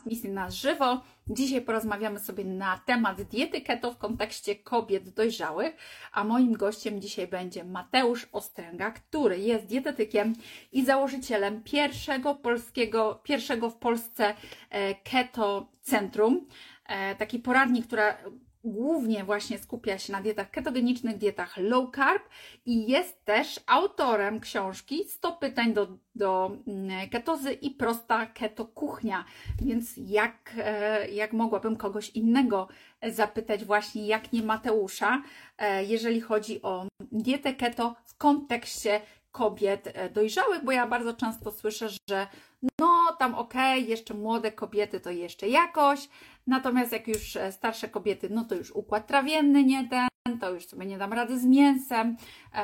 Transmisji na żywo. Dzisiaj porozmawiamy sobie na temat diety keto w kontekście kobiet dojrzałych, a moim gościem dzisiaj będzie Mateusz Ostręga, który jest dietetykiem i założycielem pierwszego w Polsce keto centrum. Taki poradnik, która głównie właśnie skupia się na dietach ketogenicznych, dietach low carb i jest też autorem książki 100 pytań do ketozy i prosta keto kuchnia. Więc jak mogłabym kogoś innego zapytać właśnie, jak nie Mateusza, jeżeli chodzi o dietę keto w kontekście kobiet dojrzałych, bo ja bardzo często słyszę, że no tam okej, jeszcze młode kobiety to jeszcze jakoś, natomiast jak już starsze kobiety, no to już układ trawienny nie ten, to już sobie nie dam rady z mięsem,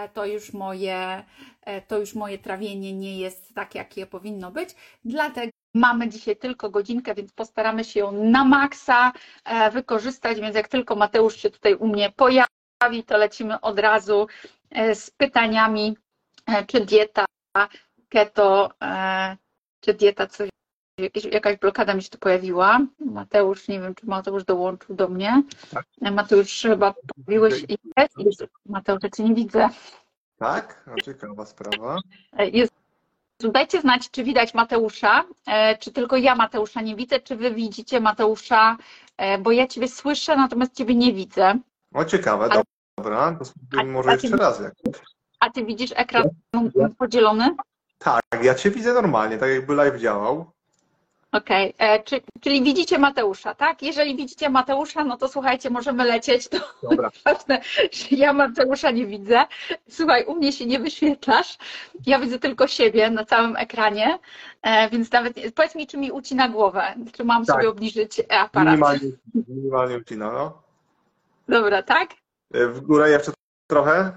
to już moje trawienie nie jest takie, jakie powinno być, dlatego mamy dzisiaj tylko godzinkę, więc postaramy się ją na maksa wykorzystać, więc jak tylko Mateusz się tutaj u mnie pojawi, to lecimy od razu z pytaniami, czy dieta keto, czy dieta coś, jakaś blokada mi się tu pojawiła. Mateusz, nie wiem, czy Mateusz dołączył do mnie. Tak. Mateusz, chyba pojawiłeś i jest. Mateusz, ja Cię nie widzę. Tak? No, ciekawa sprawa. Jest. Dajcie znać, czy widać Mateusza, czy tylko ja Mateusza nie widzę, czy Wy widzicie Mateusza, bo ja Ciebie słyszę, natomiast Ciebie nie widzę. O, ciekawe, dobra. To spróbujmy może jeszcze raz jakoś. A Ty widzisz ekran podzielony? Tak, ja Cię widzę normalnie, tak jakby live działał. Okej, czyli widzicie Mateusza, tak? Jeżeli widzicie Mateusza, no to słuchajcie, możemy lecieć. To Dobra. ważne, że ja Mateusza nie widzę. Słuchaj, u mnie się nie wyświetlasz. Ja widzę tylko siebie na całym ekranie, więc nawet powiedz mi, czy mi ucina głowę, czy mam sobie obniżyć aparat. Minimalnie ucina, no. Dobra, tak? W górę jeszcze trochę.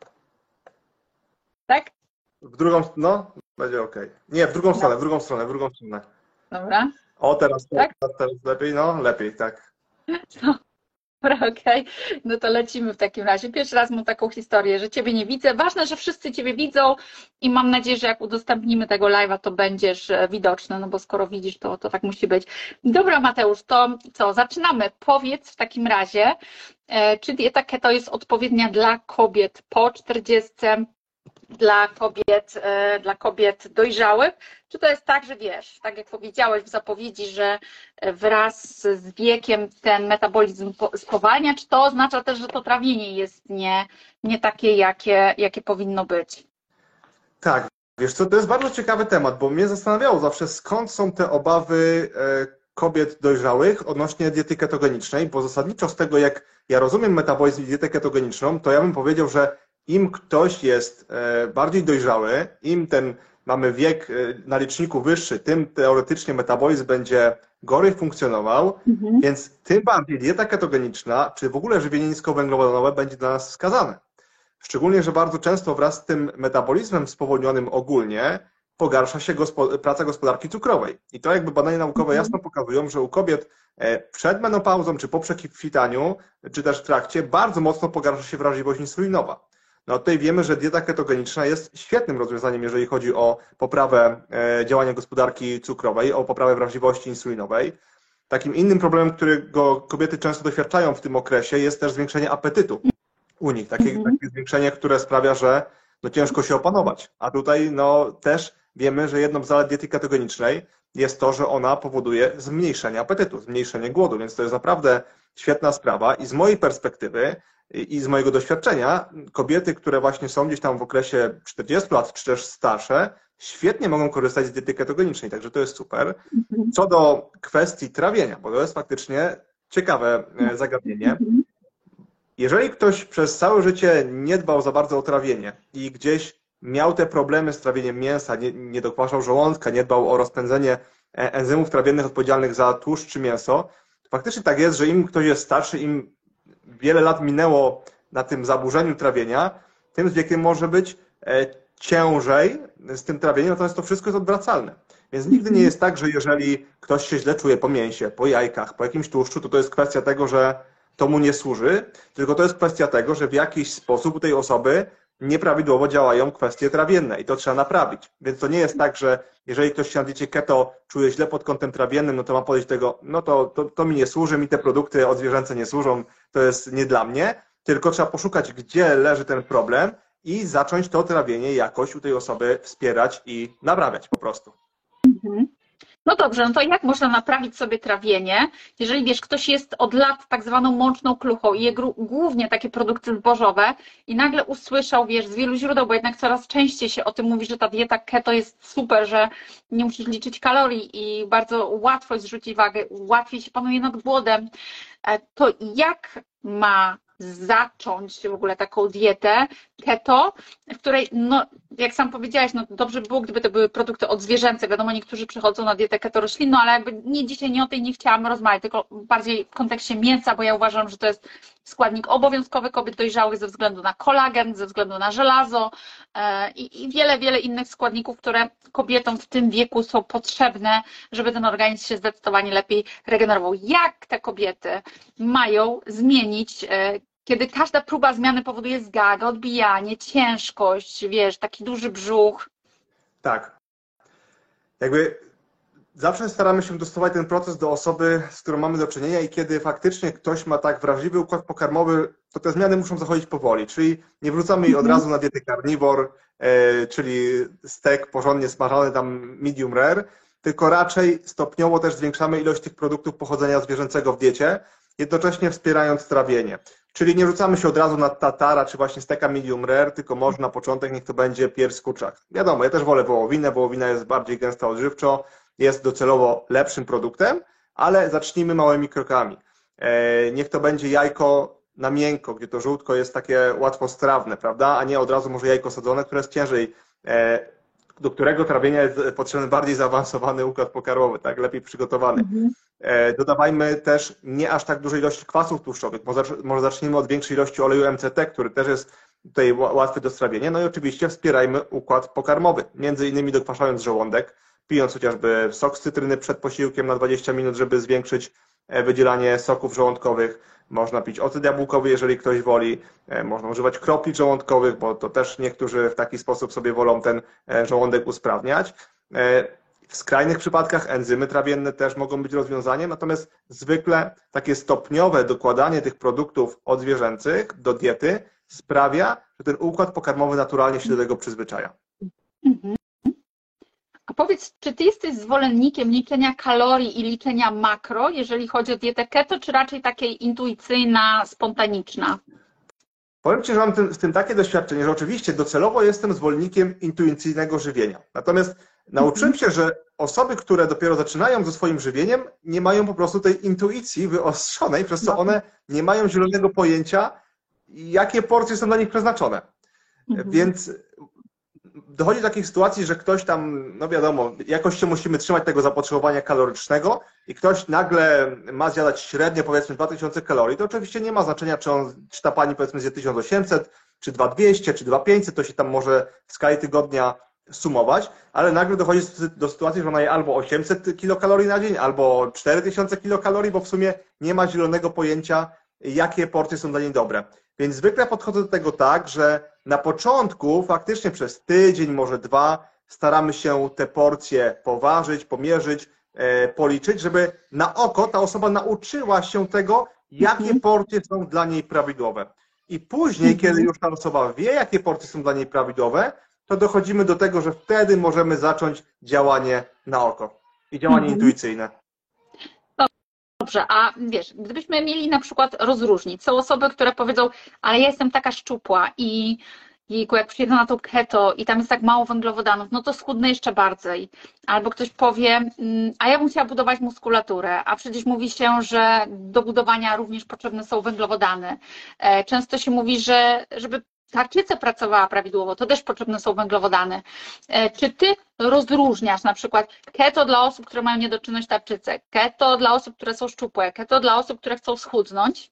Tak? W drugą, no, będzie ok. Nie, w drugą stronę. Dobra. O, teraz Tak? teraz lepiej, no, lepiej, tak. Dobra, okej. No to lecimy w takim razie. Pierwszy raz mam taką historię, że Ciebie nie widzę. Ważne, że wszyscy Ciebie widzą i mam nadzieję, że jak udostępnimy tego live'a, to będziesz widoczny, no bo skoro widzisz, to tak musi być. Dobra, Mateusz, to co? Zaczynamy. Powiedz w takim razie, czy dieta keto jest odpowiednia dla kobiet po 40, dla kobiet dojrzałych, czy to jest tak, że wiesz, tak jak powiedziałeś w zapowiedzi, że wraz z wiekiem ten metabolizm spowalnia, czy to oznacza też, że to trawienie jest nie takie, jakie powinno być? Tak, wiesz co, to jest bardzo ciekawy temat, bo mnie zastanawiało zawsze, skąd są te obawy kobiet dojrzałych odnośnie diety ketogenicznej, bo zasadniczo z tego, jak ja rozumiem metabolizm i dietę ketogeniczną, to ja bym powiedział, że im ktoś jest bardziej dojrzały, im mamy wiek na liczniku wyższy, tym teoretycznie metabolizm będzie gorzej funkcjonował, więc tym bardziej dieta ketogeniczna, czy w ogóle żywienie niskowęglowodanowe będzie dla nas wskazane. Szczególnie, że bardzo często wraz z tym metabolizmem spowolnionym ogólnie pogarsza się praca gospodarki cukrowej. I to jakby badania naukowe jasno pokazują, że u kobiet przed menopauzą, czy po przekwitaniu, czy też w trakcie, bardzo mocno pogarsza się wrażliwość insulinowa. No tutaj wiemy, że dieta ketogeniczna jest świetnym rozwiązaniem, jeżeli chodzi o poprawę działania gospodarki cukrowej, o poprawę wrażliwości insulinowej. Takim innym problemem, którego kobiety często doświadczają w tym okresie, jest też zwiększenie apetytu u nich. Takie zwiększenie, które sprawia, że no, ciężko się opanować. A tutaj no, też wiemy, że jedną z zalet diety ketogenicznej jest to, że ona powoduje zmniejszenie apetytu, zmniejszenie głodu, więc to jest naprawdę świetna sprawa i z mojej perspektywy i z mojego doświadczenia kobiety, które właśnie są gdzieś tam w okresie 40 lat, czy też starsze, świetnie mogą korzystać z diety ketogenicznej, także to jest super. Co do kwestii trawienia, bo to jest faktycznie ciekawe zagadnienie. Jeżeli ktoś przez całe życie nie dbał za bardzo o trawienie i gdzieś miał te problemy z trawieniem mięsa, nie dokwaszał żołądka, nie dbał o rozpędzenie enzymów trawiennych odpowiedzialnych za tłuszcz czy mięso, to faktycznie tak jest, że im ktoś jest starszy, im wiele lat minęło na tym zaburzeniu trawienia, tym z wiekiem może być ciężej z tym trawieniem, natomiast to wszystko jest odwracalne. Więc nigdy nie jest tak, że jeżeli ktoś się źle czuje po mięsie, po jajkach, po jakimś tłuszczu, to jest kwestia tego, że to mu nie służy, tylko to jest kwestia tego, że w jakiś sposób u tej osoby nieprawidłowo działają kwestie trawienne i to trzeba naprawić. Więc to nie jest tak, że jeżeli ktoś się na diecie keto czuje źle pod kątem trawiennym, no to ma podejść do tego, no to mi nie służy, mi te produkty odzwierzęce nie służą, to jest nie dla mnie, tylko trzeba poszukać, gdzie leży ten problem i zacząć to trawienie jakoś u tej osoby wspierać i naprawiać po prostu. Mhm. No dobrze, no to jak można naprawić sobie trawienie, jeżeli wiesz, ktoś jest od lat tak zwaną mączną kluchą i je głównie takie produkty zbożowe i nagle usłyszał, wiesz, z wielu źródeł, bo jednak coraz częściej się o tym mówi, że ta dieta keto jest super, że nie musisz liczyć kalorii i bardzo łatwo jest zrzucić wagę, łatwiej się panuje nad głodem, to jak ma zacząć w ogóle taką dietę keto, w której, no, jak sam powiedziałaś, no dobrze by było, gdyby to były produkty odzwierzęce. Wiadomo, niektórzy przychodzą na dietę keto roślinną, ale jakby nie dzisiaj, nie o tej nie chciałam rozmawiać, tylko bardziej w kontekście mięsa, bo ja uważam, że to jest składnik obowiązkowy kobiet dojrzałych ze względu na kolagen, ze względu na żelazo i wiele, wiele innych składników, które kobietom w tym wieku są potrzebne, żeby ten organizm się zdecydowanie lepiej regenerował. Jak te kobiety mają zmienić, kiedy każda próba zmiany powoduje zgagę, odbijanie, ciężkość, wiesz, taki duży brzuch? Tak. Jakby zawsze staramy się dostosować ten proces do osoby, z którą mamy do czynienia i kiedy faktycznie ktoś ma tak wrażliwy układ pokarmowy, to te zmiany muszą zachodzić powoli, czyli nie wrzucamy jej od razu na dietę carnivore, czyli stek porządnie smażony tam medium rare, tylko raczej stopniowo też zwiększamy ilość tych produktów pochodzenia zwierzęcego w diecie, jednocześnie wspierając trawienie. Czyli nie rzucamy się od razu na tatara, czy właśnie steka medium rare, tylko może na początek niech to będzie pierś z kurczak. Wiadomo, ja też wolę wołowinę, wołowina jest bardziej gęsta odżywczo, jest docelowo lepszym produktem, ale zacznijmy małymi krokami. Niech to będzie jajko na miękko, gdzie to żółtko jest takie łatwostrawne, prawda, a nie od razu może jajko sadzone, które jest ciężej, do którego trawienia jest potrzebny bardziej zaawansowany układ pokarmowy, tak, lepiej przygotowany. Dodawajmy też nie aż tak dużej ilości kwasów tłuszczowych, może zacznijmy od większej ilości oleju MCT, który też jest tutaj łatwy do strawienia, no i oczywiście wspierajmy układ pokarmowy, między innymi dokwaszając żołądek, pijąc chociażby sok z cytryny przed posiłkiem na 20 minut, żeby zwiększyć wydzielanie soków żołądkowych. Można pić ocet jabłkowy, jeżeli ktoś woli. Można używać kropli żołądkowych, bo to też niektórzy w taki sposób sobie wolą ten żołądek usprawniać. W skrajnych przypadkach enzymy trawienne też mogą być rozwiązaniem, natomiast zwykle takie stopniowe dokładanie tych produktów odzwierzęcych do diety sprawia, że ten układ pokarmowy naturalnie się do tego przyzwyczaja. A powiedz, czy ty jesteś zwolennikiem liczenia kalorii i liczenia makro, jeżeli chodzi o dietę keto, czy raczej takiej intuicyjna, spontaniczna? Powiem Ci, że mam z tym takie doświadczenie, że oczywiście docelowo jestem zwolennikiem intuicyjnego żywienia. Natomiast nauczyłem się, że osoby, które dopiero zaczynają ze swoim żywieniem, nie mają po prostu tej intuicji wyostrzonej, przez co one nie mają zielonego pojęcia, jakie porcje są dla nich przeznaczone. Więc dochodzi do takich sytuacji, że ktoś tam, no wiadomo, jakoś się musimy trzymać tego zapotrzebowania kalorycznego i ktoś nagle ma zjadać średnio powiedzmy 2000 kalorii, to oczywiście nie ma znaczenia, czy ta pani powiedzmy zje 1800, czy 2200, czy 2500, to się tam może w skali tygodnia sumować, ale nagle dochodzi do sytuacji, że ona je albo 800 kilokalorii na dzień, albo 4000 kilokalorii, bo w sumie nie ma zielonego pojęcia, jakie porcje są dla niej dobre. Więc zwykle podchodzę do tego tak, że na początku faktycznie przez tydzień, może 2 staramy się te porcje poważyć, pomierzyć, policzyć, żeby na oko ta osoba nauczyła się tego, jakie porcje są dla niej prawidłowe. I później, kiedy już ta osoba wie, jakie porcje są dla niej prawidłowe, to dochodzimy do tego, że wtedy możemy zacząć działanie na oko i działanie intuicyjne. Dobrze, a wiesz, gdybyśmy mieli na przykład rozróżnić, są osoby, które powiedzą, ale ja jestem taka szczupła i jejku, jak przyjedę na to keto i tam jest tak mało węglowodanów, no to schudnę jeszcze bardziej. Albo ktoś powie, a ja bym chciała budować muskulaturę, a przecież mówi się, że do budowania również potrzebne są węglowodany. Często się mówi, że żeby tarczyca pracowała prawidłowo, to też potrzebne są węglowodany. Czy ty rozróżniasz na przykład keto dla osób, które mają niedoczynność tarczycy, keto dla osób, które są szczupłe, keto dla osób, które chcą schudnąć?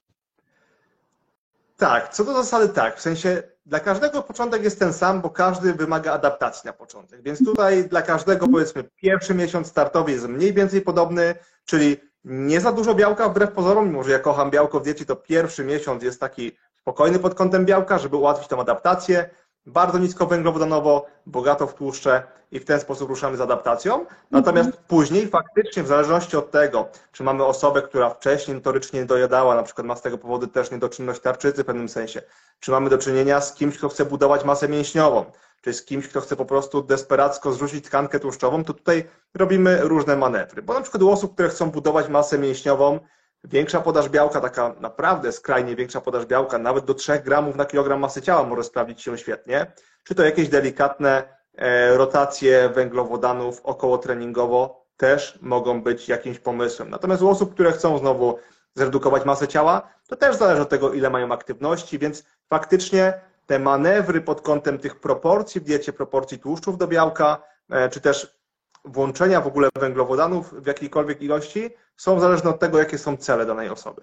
Tak, co do zasady tak, w sensie dla każdego początek jest ten sam, bo każdy wymaga adaptacji na początek, więc tutaj dla każdego powiedzmy pierwszy miesiąc startowy jest mniej więcej podobny, czyli nie za dużo białka wbrew pozorom, mimo że ja kocham białko w diecie, to pierwszy miesiąc jest taki spokojny pod kątem białka, żeby ułatwić tą adaptację. bardzo niskowęglowodanowo, bogato w tłuszcze i w ten sposób ruszamy z adaptacją. Natomiast później faktycznie w zależności od tego, czy mamy osobę, która wcześniej notorycznie nie dojadała, na przykład ma z tego powodu też niedoczynność tarczycy w pewnym sensie, czy mamy do czynienia z kimś, kto chce budować masę mięśniową, czy z kimś, kto chce po prostu desperacko zrzucić tkankę tłuszczową, to tutaj robimy różne manewry. Bo na przykład u osób, które chcą budować masę mięśniową, większa podaż białka, taka naprawdę skrajnie większa podaż białka, nawet do 3 gramów na kilogram masy ciała może sprawdzić się świetnie, czy to jakieś delikatne rotacje węglowodanów okołotreningowo też mogą być jakimś pomysłem. Natomiast u osób, które chcą znowu zredukować masę ciała, to też zależy od tego, ile mają aktywności, więc faktycznie te manewry pod kątem tych proporcji w diecie, proporcji tłuszczów do białka, czy też włączenia w ogóle węglowodanów w jakiejkolwiek ilości są zależne od tego, jakie są cele danej osoby.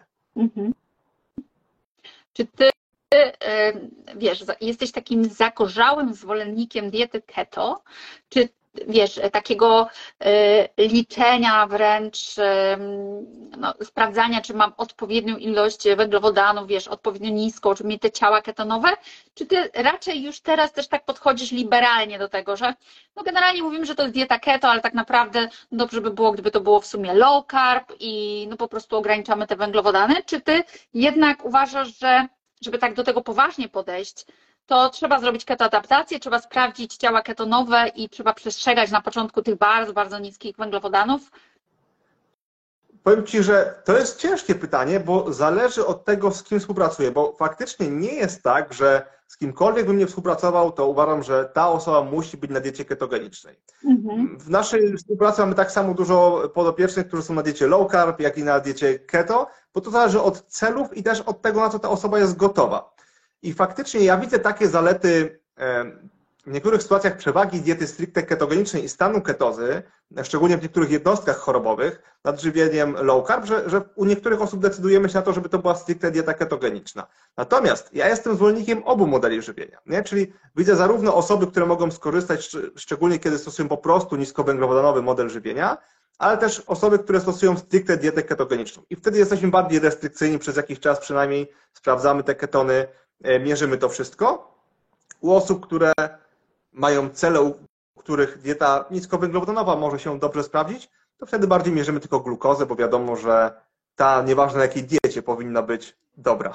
Czy ty, wiesz, jesteś takim zagorzałym zwolennikiem diety keto, czy wiesz, takiego liczenia wręcz, no, sprawdzania, czy mam odpowiednią ilość węglowodanów, wiesz, odpowiednio niską, czy mieć te ciała ketonowe, czy ty raczej już teraz też tak podchodzisz liberalnie do tego, że no generalnie mówimy, że to jest dieta keto, ale tak naprawdę dobrze by było, gdyby to było w sumie low carb i no po prostu ograniczamy te węglowodany, czy ty jednak uważasz, że żeby tak do tego poważnie podejść, to trzeba zrobić ketoadaptację, trzeba sprawdzić ciała ketonowe i trzeba przestrzegać na początku tych bardzo, bardzo niskich węglowodanów? Powiem Ci, że to jest ciężkie pytanie, bo zależy od tego, z kim współpracuję, bo faktycznie nie jest tak, że z kimkolwiek bym nie współpracował, to uważam, że ta osoba musi być na diecie ketogenicznej. W naszej współpracy mamy tak samo dużo podopiecznych, którzy są na diecie low carb, jak i na diecie keto, bo to zależy od celów i też od tego, na co ta osoba jest gotowa. I faktycznie ja widzę takie zalety w niektórych sytuacjach przewagi diety stricte ketogenicznej i stanu ketozy, szczególnie w niektórych jednostkach chorobowych, nad żywieniem low carb, że u niektórych osób decydujemy się na to, żeby to była stricte dieta ketogeniczna. Natomiast ja jestem zwolennikiem obu modeli żywienia, nie? Czyli widzę zarówno osoby, które mogą skorzystać, szczególnie kiedy stosują po prostu niskowęglowodanowy model żywienia, ale też osoby, które stosują stricte dietę ketogeniczną. I wtedy jesteśmy bardziej restrykcyjni, przez jakiś czas przynajmniej sprawdzamy te ketony, mierzymy to wszystko. U osób, które mają cele, u których dieta niskowęglowodanowa może się dobrze sprawdzić, to wtedy bardziej mierzymy tylko glukozę, bo wiadomo, że ta, nieważne na jakiej diecie, powinna być dobra.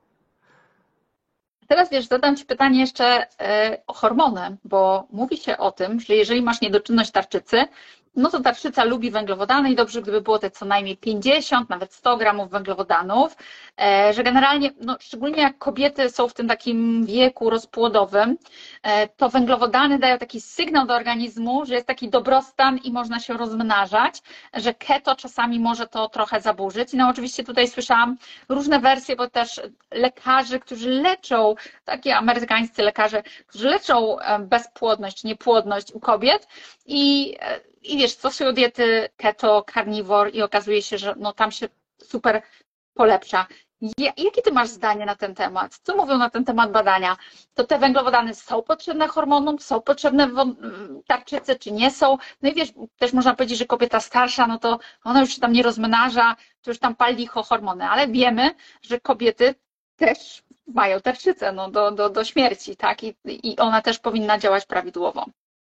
Teraz wiesz, zadam Ci pytanie jeszcze o hormony, bo mówi się o tym, że jeżeli masz niedoczynność tarczycy, no to tarczyca lubi węglowodany i dobrze, gdyby było te co najmniej 50, nawet 100 gramów węglowodanów, że generalnie, no szczególnie jak kobiety są w tym takim wieku rozpłodowym, to węglowodany dają taki sygnał do organizmu, że jest taki dobrostan i można się rozmnażać, że keto czasami może to trochę zaburzyć. No oczywiście tutaj słyszałam różne wersje, bo też lekarzy, którzy leczą, takie amerykańscy lekarze, którzy leczą bezpłodność, niepłodność u kobiet i wiesz, stosują diety keto, carnivore i okazuje się, że no tam się super polepsza. Jakie ty masz zdanie na ten temat? Co mówią na ten temat badania? To te węglowodany są potrzebne hormonom, są potrzebne tarczycy, czy nie są? No i wiesz, też można powiedzieć, że kobieta starsza, no to ona już się tam nie rozmnaża, to już tam pali licho hormony, ale wiemy, że kobiety też mają tarczycę no, do śmierci, tak? I ona też powinna działać prawidłowo.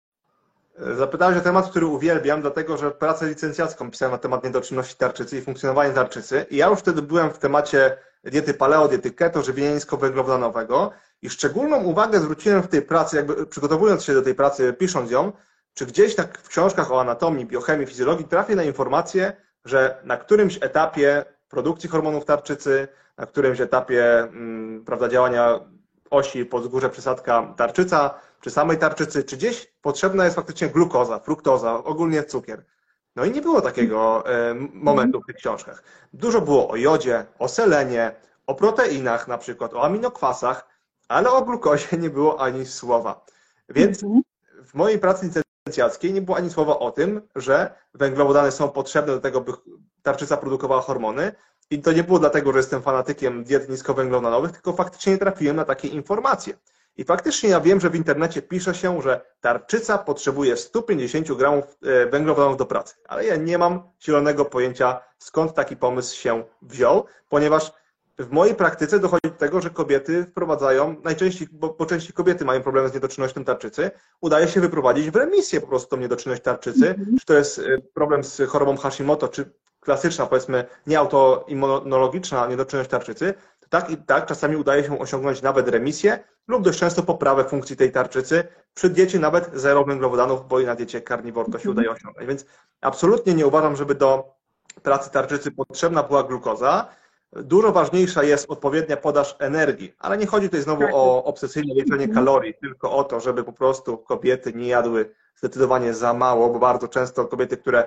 Zapytałeś o temat, który uwielbiam, dlatego że pracę licencjacką pisałem na temat niedoczynności tarczycy i funkcjonowania tarczycy. I ja już wtedy byłem w temacie diety paleo, diety keto, żywienia niskowęglowodanowego i szczególną uwagę zwróciłem w tej pracy, jakby przygotowując się do tej pracy, pisząc ją, czy gdzieś tak w książkach o anatomii, biochemii, fizjologii trafię na informację, że na którymś etapie produkcji hormonów tarczycy, na którymś etapie prawda, działania osi podzgórze przysadka tarczyca, czy samej tarczycy, czy gdzieś potrzebna jest faktycznie glukoza, fruktoza, ogólnie cukier. No i nie było takiego momentu w tych książkach. Dużo było o jodzie, o selenie, o proteinach na przykład, o aminokwasach, ale o glukozie nie było ani słowa. Więc w mojej pracy licencjackiej nie było ani słowa o tym, że węglowodany są potrzebne do tego, by tarczyca produkowała hormony. I to nie było dlatego, że jestem fanatykiem diet niskowęglowodanowych, tylko faktycznie nie trafiłem na takie informacje. I faktycznie ja wiem, że w internecie pisze się, że tarczyca potrzebuje 150 gramów węglowodanów do pracy. Ale ja nie mam zielonego pojęcia, skąd taki pomysł się wziął, ponieważ w mojej praktyce dochodzi do tego, że kobiety wprowadzają, najczęściej, bo częściej kobiety mają problemy z niedoczynnością tarczycy, udaje się wyprowadzić w remisję po prostu tą niedoczynność tarczycy. Czy to jest problem z chorobą Hashimoto, czy klasyczna, powiedzmy, nieautoimmunologiczna niedoczynność tarczycy, to tak i tak czasami udaje się osiągnąć nawet remisję lub dość często poprawę funkcji tej tarczycy. Przy diecie nawet zero węglowodanów, bo i na diecie carnivore to się udaje osiągnąć. Więc absolutnie nie uważam, żeby do pracy tarczycy potrzebna była glukoza. Dużo ważniejsza jest odpowiednia podaż energii, ale nie chodzi tutaj znowu o obsesyjne liczenie kalorii, tylko o to, żeby po prostu kobiety nie jadły zdecydowanie za mało, bo bardzo często kobiety, które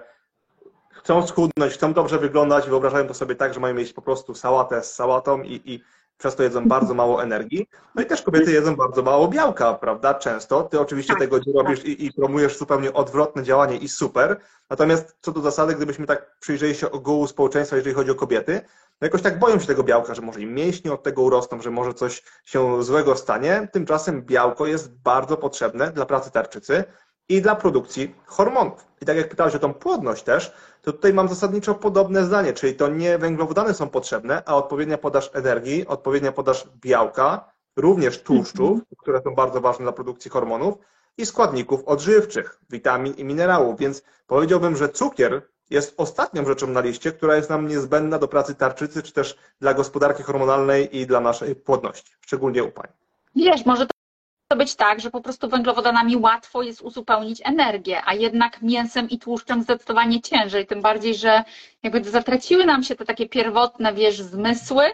chcą schudnąć, chcą dobrze wyglądać, wyobrażają to sobie tak, że mają jeść po prostu sałatę z sałatą i przez to jedzą bardzo mało energii. No i też kobiety jedzą bardzo mało białka, prawda? Często. Ty oczywiście tego nie robisz i promujesz zupełnie odwrotne działanie i super. Natomiast co do zasady, gdybyśmy tak przyjrzeli się ogółu społeczeństwa, jeżeli chodzi o kobiety, no jakoś tak boją się tego białka, że może im mięśnie od tego urosną, że może coś się złego stanie. Tymczasem białko jest bardzo potrzebne dla pracy tarczycy i dla produkcji hormonów. I tak jak pytałeś o tą płodność też, to tutaj mam zasadniczo podobne zdanie, czyli to nie węglowodany są potrzebne, a odpowiednia podaż energii, odpowiednia podaż białka, również tłuszczów, które są bardzo ważne dla produkcji hormonów i składników odżywczych, witamin i minerałów. Więc powiedziałbym, że cukier jest ostatnią rzeczą na liście, która jest nam niezbędna do pracy tarczycy, czy też dla gospodarki hormonalnej i dla naszej płodności, szczególnie u pań. Wiesz, może to być tak, że po prostu węglowodanami łatwo jest uzupełnić energię, a jednak mięsem i tłuszczem zdecydowanie ciężej, tym bardziej, że jakby zatraciły nam się te takie pierwotne, wiesz, zmysły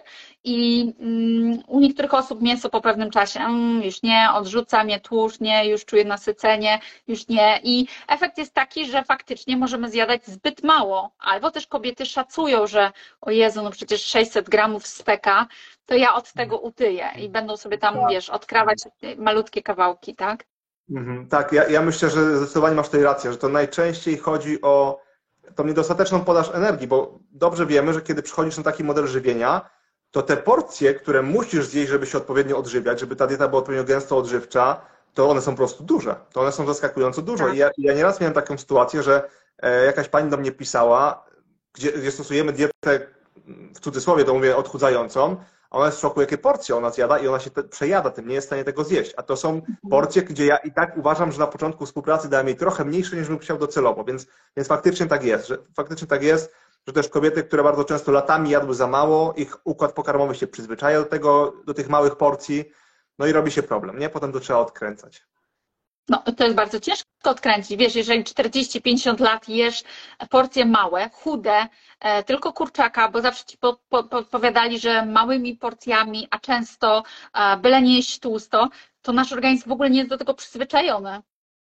i u niektórych osób mięso po pewnym czasie już nie, odrzuca mnie tłuszcz, nie, już czuję nasycenie, już nie i efekt jest taki, że faktycznie możemy zjadać zbyt mało, albo też kobiety szacują, że o Jezu, no przecież 600 gramów steka, to ja od tego utyję i będą sobie tam, wiesz, odkrawać malutkie kawałki, tak? Tak, ja myślę, że zdecydowanie masz tutaj rację, że to najczęściej chodzi o tą niedostateczną podaż energii, bo dobrze wiemy, że kiedy przychodzisz na taki model żywienia, to te porcje, które musisz zjeść, żeby się odpowiednio odżywiać, żeby ta dieta była odpowiednio gęsto odżywcza, to one są po prostu duże. To one są zaskakująco dużo. Tak. I ja nieraz miałem taką sytuację, że jakaś pani do mnie pisała, gdzie stosujemy dietę, w cudzysłowie to mówię, odchudzającą, a ona jest w szoku, jakie porcje ona zjada i ona się przejada tym, nie jest w stanie tego zjeść. A to są porcje, gdzie ja i tak uważam, że na początku współpracy dałem jej trochę mniejsze, niż bym chciał docelowo, więc faktycznie tak jest, że też kobiety, które bardzo często latami jadły za mało, ich układ pokarmowy się przyzwyczaja do tych małych porcji, no i robi się problem, nie? Potem to trzeba odkręcać. No, to jest bardzo ciężko odkręcić. Wiesz, jeżeli 40-50 lat jesz porcje małe, chude, tylko kurczaka, bo zawsze ci podpowiadali, że małymi porcjami, a często byle nie jeść tłusto, to nasz organizm w ogóle nie jest do tego przyzwyczajony.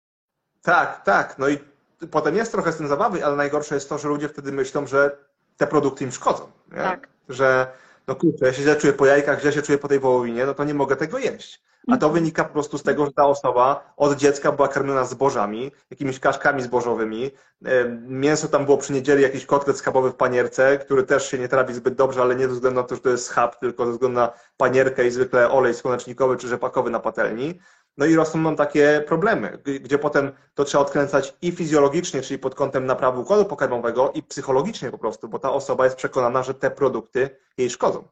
Tak. No i potem jest trochę z tym zabawy, ale najgorsze jest to, że ludzie wtedy myślą, że te produkty im szkodzą. Nie? Tak. Że no kurczę, ja się źle czuję po jajkach, źle się czuję po tej wołowinie, no to nie mogę tego jeść. A to wynika po prostu z tego, że ta osoba od dziecka była karmiona zbożami, jakimiś kaszkami zbożowymi. Mięso tam było przy niedzieli, jakiś kotlet schabowy w panierce, który też się nie trawi zbyt dobrze, ale nie ze względu na to, że to jest schab, tylko ze względu na panierkę i zwykle olej słonecznikowy czy rzepakowy na patelni. No i rosną nam takie problemy, gdzie potem to trzeba odkręcać i fizjologicznie, czyli pod kątem naprawy układu pokarmowego, i psychologicznie po prostu, bo ta osoba jest przekonana, że te produkty jej szkodzą.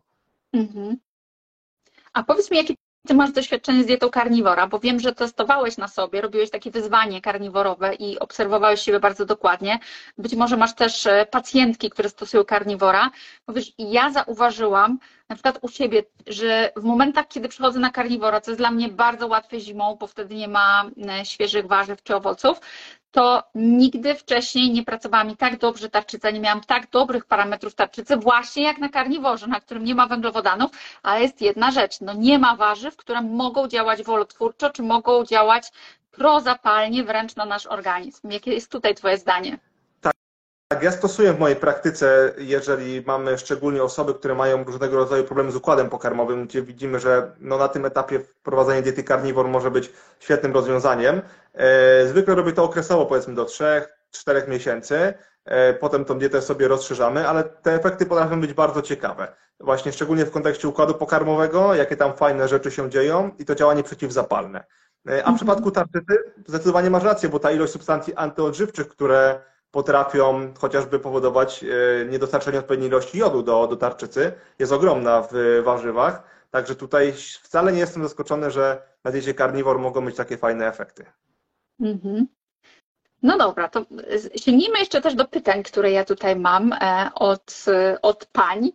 A powiedz mi, jaki ty masz doświadczenie z dietą karniwora, bo wiem, że testowałeś na sobie, robiłeś takie wyzwanie karniworowe i obserwowałeś siebie bardzo dokładnie. Być może masz też pacjentki, które stosują karniwora. Bo wiesz, ja zauważyłam na przykład u siebie, że w momentach, kiedy przychodzę na karniwora, co jest dla mnie bardzo łatwe zimą, bo wtedy nie ma świeżych warzyw czy owoców, to nigdy wcześniej nie pracowała mi tak dobrze tarczyca, nie miałam tak dobrych parametrów tarczycy, właśnie jak na karniworze, na którym nie ma węglowodanów, ale jest jedna rzecz, no nie ma warzyw, które mogą działać wolotwórczo, czy mogą działać prozapalnie wręcz na nasz organizm. Jakie jest tutaj twoje zdanie? Tak, ja stosuję w mojej praktyce, jeżeli mamy szczególnie osoby, które mają różnego rodzaju problemy z układem pokarmowym, gdzie widzimy, że no na tym etapie wprowadzenie diety carnivore może być świetnym rozwiązaniem. Zwykle robię to okresowo, powiedzmy do 3-4 miesięcy, potem tą dietę sobie rozszerzamy, ale te efekty potrafią być bardzo ciekawe. Właśnie szczególnie w kontekście układu pokarmowego, jakie tam fajne rzeczy się dzieją i to działanie przeciwzapalne. A w przypadku tarczycy zdecydowanie masz rację, bo ta ilość substancji antyodżywczych, które potrafią chociażby powodować niedostarczenie odpowiedniej ilości jodu do tarczycy, jest ogromna w warzywach. Także tutaj wcale nie jestem zaskoczony, że na diecie carnivore mogą być takie fajne efekty. Mhm. No dobra, to sięgnijmy jeszcze też do pytań, które ja tutaj mam od pań.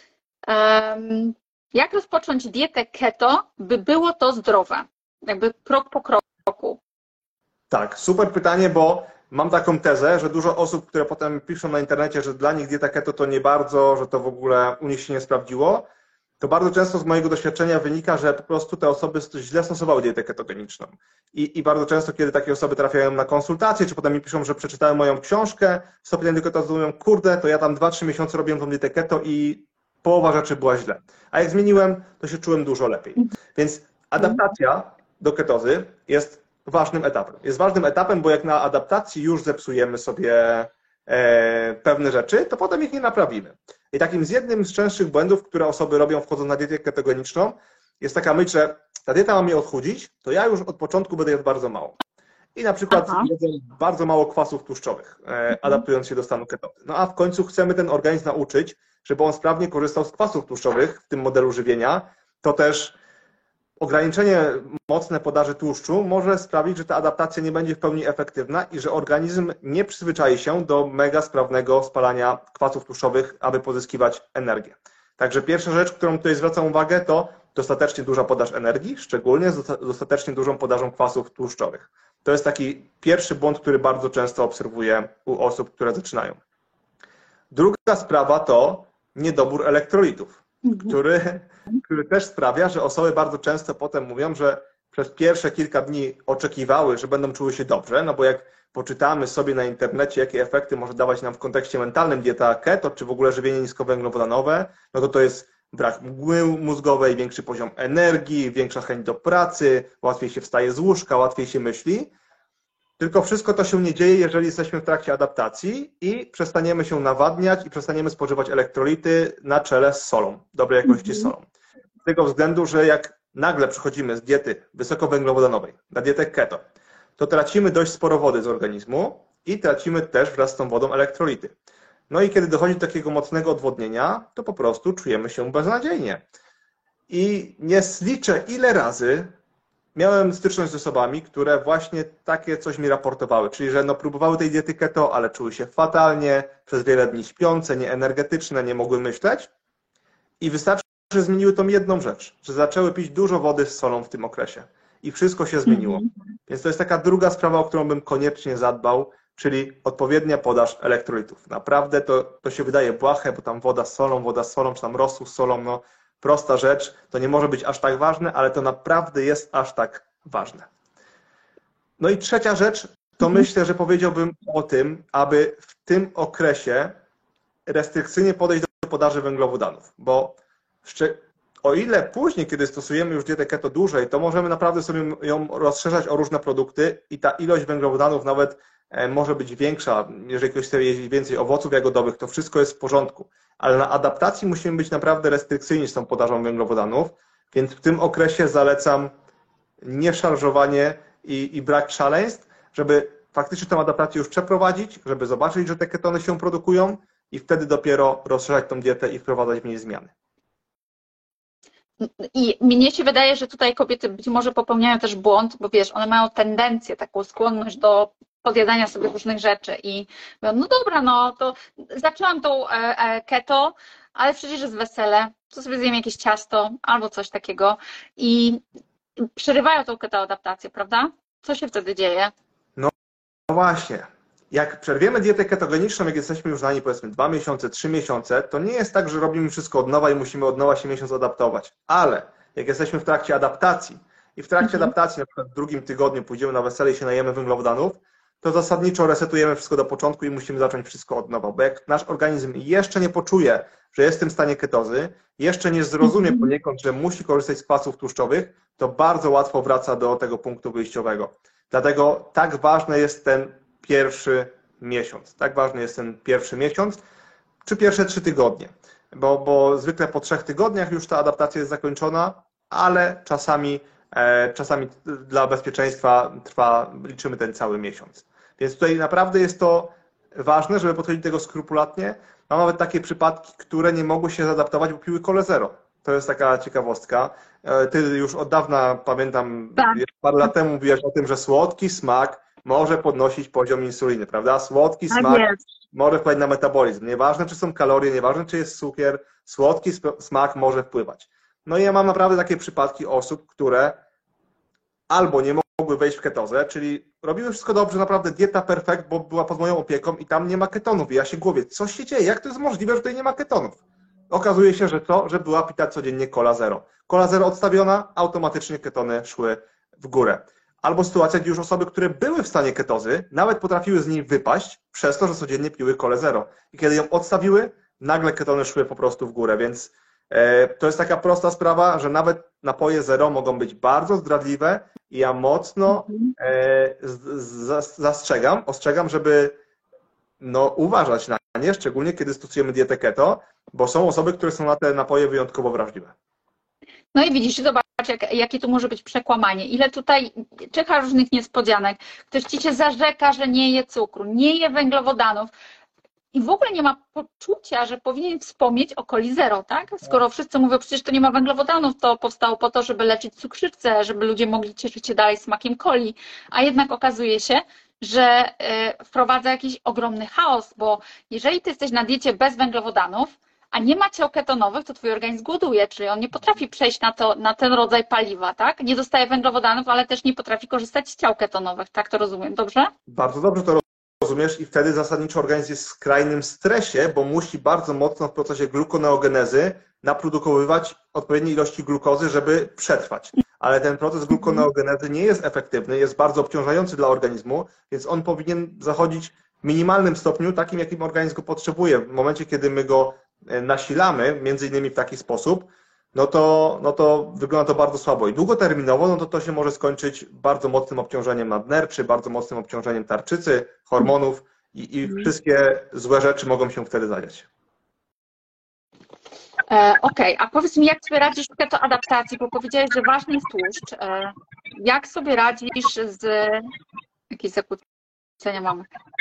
Jak rozpocząć dietę keto, by było to zdrowe? Jakby krok po kroku. Tak, super pytanie, bo mam taką tezę, że dużo osób, które potem piszą na internecie, że dla nich dieta keto to nie bardzo, że to w ogóle u nich się nie sprawdziło, to bardzo często z mojego doświadczenia wynika, że po prostu te osoby źle stosowały dietę ketogeniczną. I bardzo często, kiedy takie osoby trafiają na konsultacje, czy potem mi piszą, że przeczytają moją książkę, stopień keto, mówią, kurde, to ja tam 2-3 miesiące robiłem tą dietę keto i połowa rzeczy była źle. A jak zmieniłem, to się czułem dużo lepiej. Więc adaptacja do ketozy jest ważnym etapem. Jest ważnym etapem, bo jak na adaptacji już zepsujemy sobie pewne rzeczy, to potem ich nie naprawimy. I takim jednym z częstszych błędów, które osoby robią wchodząc na dietę ketogeniczną, jest taka myśl, że ta dieta ma mnie odchudzić, to ja już od początku będę jadł bardzo mało. I na przykład jedzę bardzo mało kwasów tłuszczowych, adaptując się do stanu ketozy. No a w końcu chcemy ten organizm nauczyć, żeby on sprawnie korzystał z kwasów tłuszczowych w tym modelu żywienia, to też ograniczenie mocne podaży tłuszczu może sprawić, że ta adaptacja nie będzie w pełni efektywna i że organizm nie przyzwyczai się do mega sprawnego spalania kwasów tłuszczowych, aby pozyskiwać energię. Także pierwsza rzecz, którą tutaj zwracam uwagę, to dostatecznie duża podaż energii, szczególnie z dostatecznie dużą podażą kwasów tłuszczowych. To jest taki pierwszy błąd, który bardzo często obserwuję u osób, które zaczynają. Druga sprawa to niedobór elektrolitów, który też sprawia, że osoby bardzo często potem mówią, że przez pierwsze kilka dni oczekiwały, że będą czuły się dobrze, no bo jak poczytamy sobie na internecie, jakie efekty może dawać nam w kontekście mentalnym dieta keto, czy w ogóle żywienie niskowęglowodanowe, no to jest brak mgły mózgowej, większy poziom energii, większa chęć do pracy, łatwiej się wstaje z łóżka, łatwiej się myśli. Tylko wszystko to się nie dzieje, jeżeli jesteśmy w trakcie adaptacji i przestaniemy się nawadniać i przestaniemy spożywać elektrolity na czele z solą, dobrej jakości solą. Z tego względu, że jak nagle przechodzimy z diety wysokowęglowodanowej na dietę keto, to tracimy dość sporo wody z organizmu i tracimy też wraz z tą wodą elektrolity. No i kiedy dochodzi do takiego mocnego odwodnienia, to po prostu czujemy się beznadziejnie. I nie zliczę, ile razy miałem styczność z osobami, które właśnie takie coś mi raportowały, czyli że no próbowały tej diety keto, ale czuły się fatalnie, przez wiele dni śpiące, nieenergetyczne, nie mogły myśleć i wystarczy, że zmieniły tą jedną rzecz, że zaczęły pić dużo wody z solą w tym okresie i wszystko się zmieniło. Więc to jest taka druga sprawa, o którą bym koniecznie zadbał, czyli odpowiednia podaż elektrolitów. Naprawdę to się wydaje błahe, bo tam woda z solą, czy tam rosół z solą, no prosta rzecz, to nie może być aż tak ważne, ale to naprawdę jest aż tak ważne. No i trzecia rzecz, to myślę, że powiedziałbym o tym, aby w tym okresie restrykcyjnie podejść do podaży węglowodanów, bo o ile później, kiedy stosujemy już dietę keto dłużej, to możemy naprawdę sobie ją rozszerzać o różne produkty i ta ilość węglowodanów nawet może być większa, jeżeli ktoś chce jeść więcej owoców jagodowych, to wszystko jest w porządku. Ale na adaptacji musimy być naprawdę restrykcyjni z tą podażą węglowodanów, więc w tym okresie zalecam nieszarżowanie i brak szaleństw, żeby faktycznie tę adaptację już przeprowadzić, żeby zobaczyć, że te ketony się produkują i wtedy dopiero rozszerzać tą dietę i wprowadzać w niej zmiany. I mnie się wydaje, że tutaj kobiety być może popełniają też błąd, bo wiesz, one mają tendencję, taką skłonność do podjadania sobie różnych rzeczy i mówią, no dobra, no to zaczęłam tą keto, ale przecież jest wesele, to sobie zjem jakieś ciasto albo coś takiego i przerywają tą keto adaptację, prawda? Co się wtedy dzieje? No właśnie. Jak przerwiemy dietę ketogeniczną, jak jesteśmy już na niej powiedzmy 2 miesiące, 3 miesiące, to nie jest tak, że robimy wszystko od nowa i musimy od nowa się miesiąc adaptować. Ale jak jesteśmy w trakcie adaptacji i w trakcie adaptacji, na przykład w drugim tygodniu pójdziemy na wesele i się najemy węglowodanów, to zasadniczo resetujemy wszystko do początku i musimy zacząć wszystko od nowa. Bo jak nasz organizm jeszcze nie poczuje, że jest w tym stanie ketozy, jeszcze nie zrozumie poniekąd, że musi korzystać z kwasów tłuszczowych, to bardzo łatwo wraca do tego punktu wyjściowego. Dlatego tak ważny jest ten pierwszy miesiąc. Tak ważny jest ten pierwszy miesiąc, czy pierwsze 3 tygodnie. Bo zwykle po 3 tygodniach już ta adaptacja jest zakończona, ale czasami dla bezpieczeństwa liczymy ten cały miesiąc. Więc tutaj naprawdę jest to ważne, żeby podchodzić do tego skrupulatnie. Mam nawet takie przypadki, które nie mogły się zaadaptować, bo piły kole zero. To jest taka ciekawostka. Ty już od dawna, pamiętam, Tak. parę lat temu mówiłaś o tym, że słodki smak może podnosić poziom insuliny, prawda? Słodki smak może wpływać na metabolizm. Nieważne, czy są kalorie, nieważne, czy jest cukier, słodki smak może wpływać. No i ja mam naprawdę takie przypadki osób, które albo nie mogły wejść w ketozę, czyli robiły wszystko dobrze, naprawdę dieta perfekt, bo była pod moją opieką i tam nie ma ketonów. I ja się głowię, co się dzieje? Jak to jest możliwe, że tutaj nie ma ketonów? Okazuje się, że to, że była pita codziennie cola zero. Cola zero odstawiona, automatycznie ketony szły w górę. Albo sytuacja, gdzie już osoby, które były w stanie ketozy, nawet potrafiły z niej wypaść przez to, że codziennie piły kolę zero. I kiedy ją odstawiły, nagle ketony szły po prostu w górę, więc to jest taka prosta sprawa, że nawet napoje zero mogą być bardzo zdradliwe i ja mocno ostrzegam, żeby uważać na nie, szczególnie kiedy stosujemy dietę keto, bo są osoby, które są na te napoje wyjątkowo wrażliwe. No i widzisz, zobacz, jakie tu może być przekłamanie. Ile tutaj czeka różnych niespodzianek. Ktoś ci się zarzeka, że nie je cukru, nie je węglowodanów i w ogóle nie ma poczucia, że powinien wspomnieć o coli zero, tak? Skoro wszyscy mówią, przecież to nie ma węglowodanów, to powstało po to, żeby leczyć cukrzycę, żeby ludzie mogli cieszyć się dalej smakiem coli, a jednak okazuje się, że wprowadza jakiś ogromny chaos, bo jeżeli ty jesteś na diecie bez węglowodanów, a nie ma ciał ketonowych, to twój organizm głoduje, czyli on nie potrafi przejść na ten rodzaj paliwa, tak? Nie dostaje węglowodanów, ale też nie potrafi korzystać z ciał ketonowych, tak to rozumiem, dobrze? Bardzo dobrze to rozumiesz i wtedy zasadniczo organizm jest w skrajnym stresie, bo musi bardzo mocno w procesie glukoneogenezy naprodukowywać odpowiednie ilości glukozy, żeby przetrwać. Ale ten proces glukoneogenezy nie jest efektywny, jest bardzo obciążający dla organizmu, więc on powinien zachodzić w minimalnym stopniu, takim jakim organizm go potrzebuje. W momencie, kiedy my go nasilamy, między innymi w taki sposób, no to wygląda to bardzo słabo. I długoterminowo, no to się może skończyć bardzo mocnym obciążeniem nadnerczy, bardzo mocnym obciążeniem tarczycy, hormonów i wszystkie złe rzeczy mogą się wtedy zadziać. Okej, a powiedz mi, jak sobie radzisz w ketoadaptacji, bo powiedziałeś, że ważny jest tłuszcz. Jak sobie radzisz z... Jakieś zakłócenia mamy?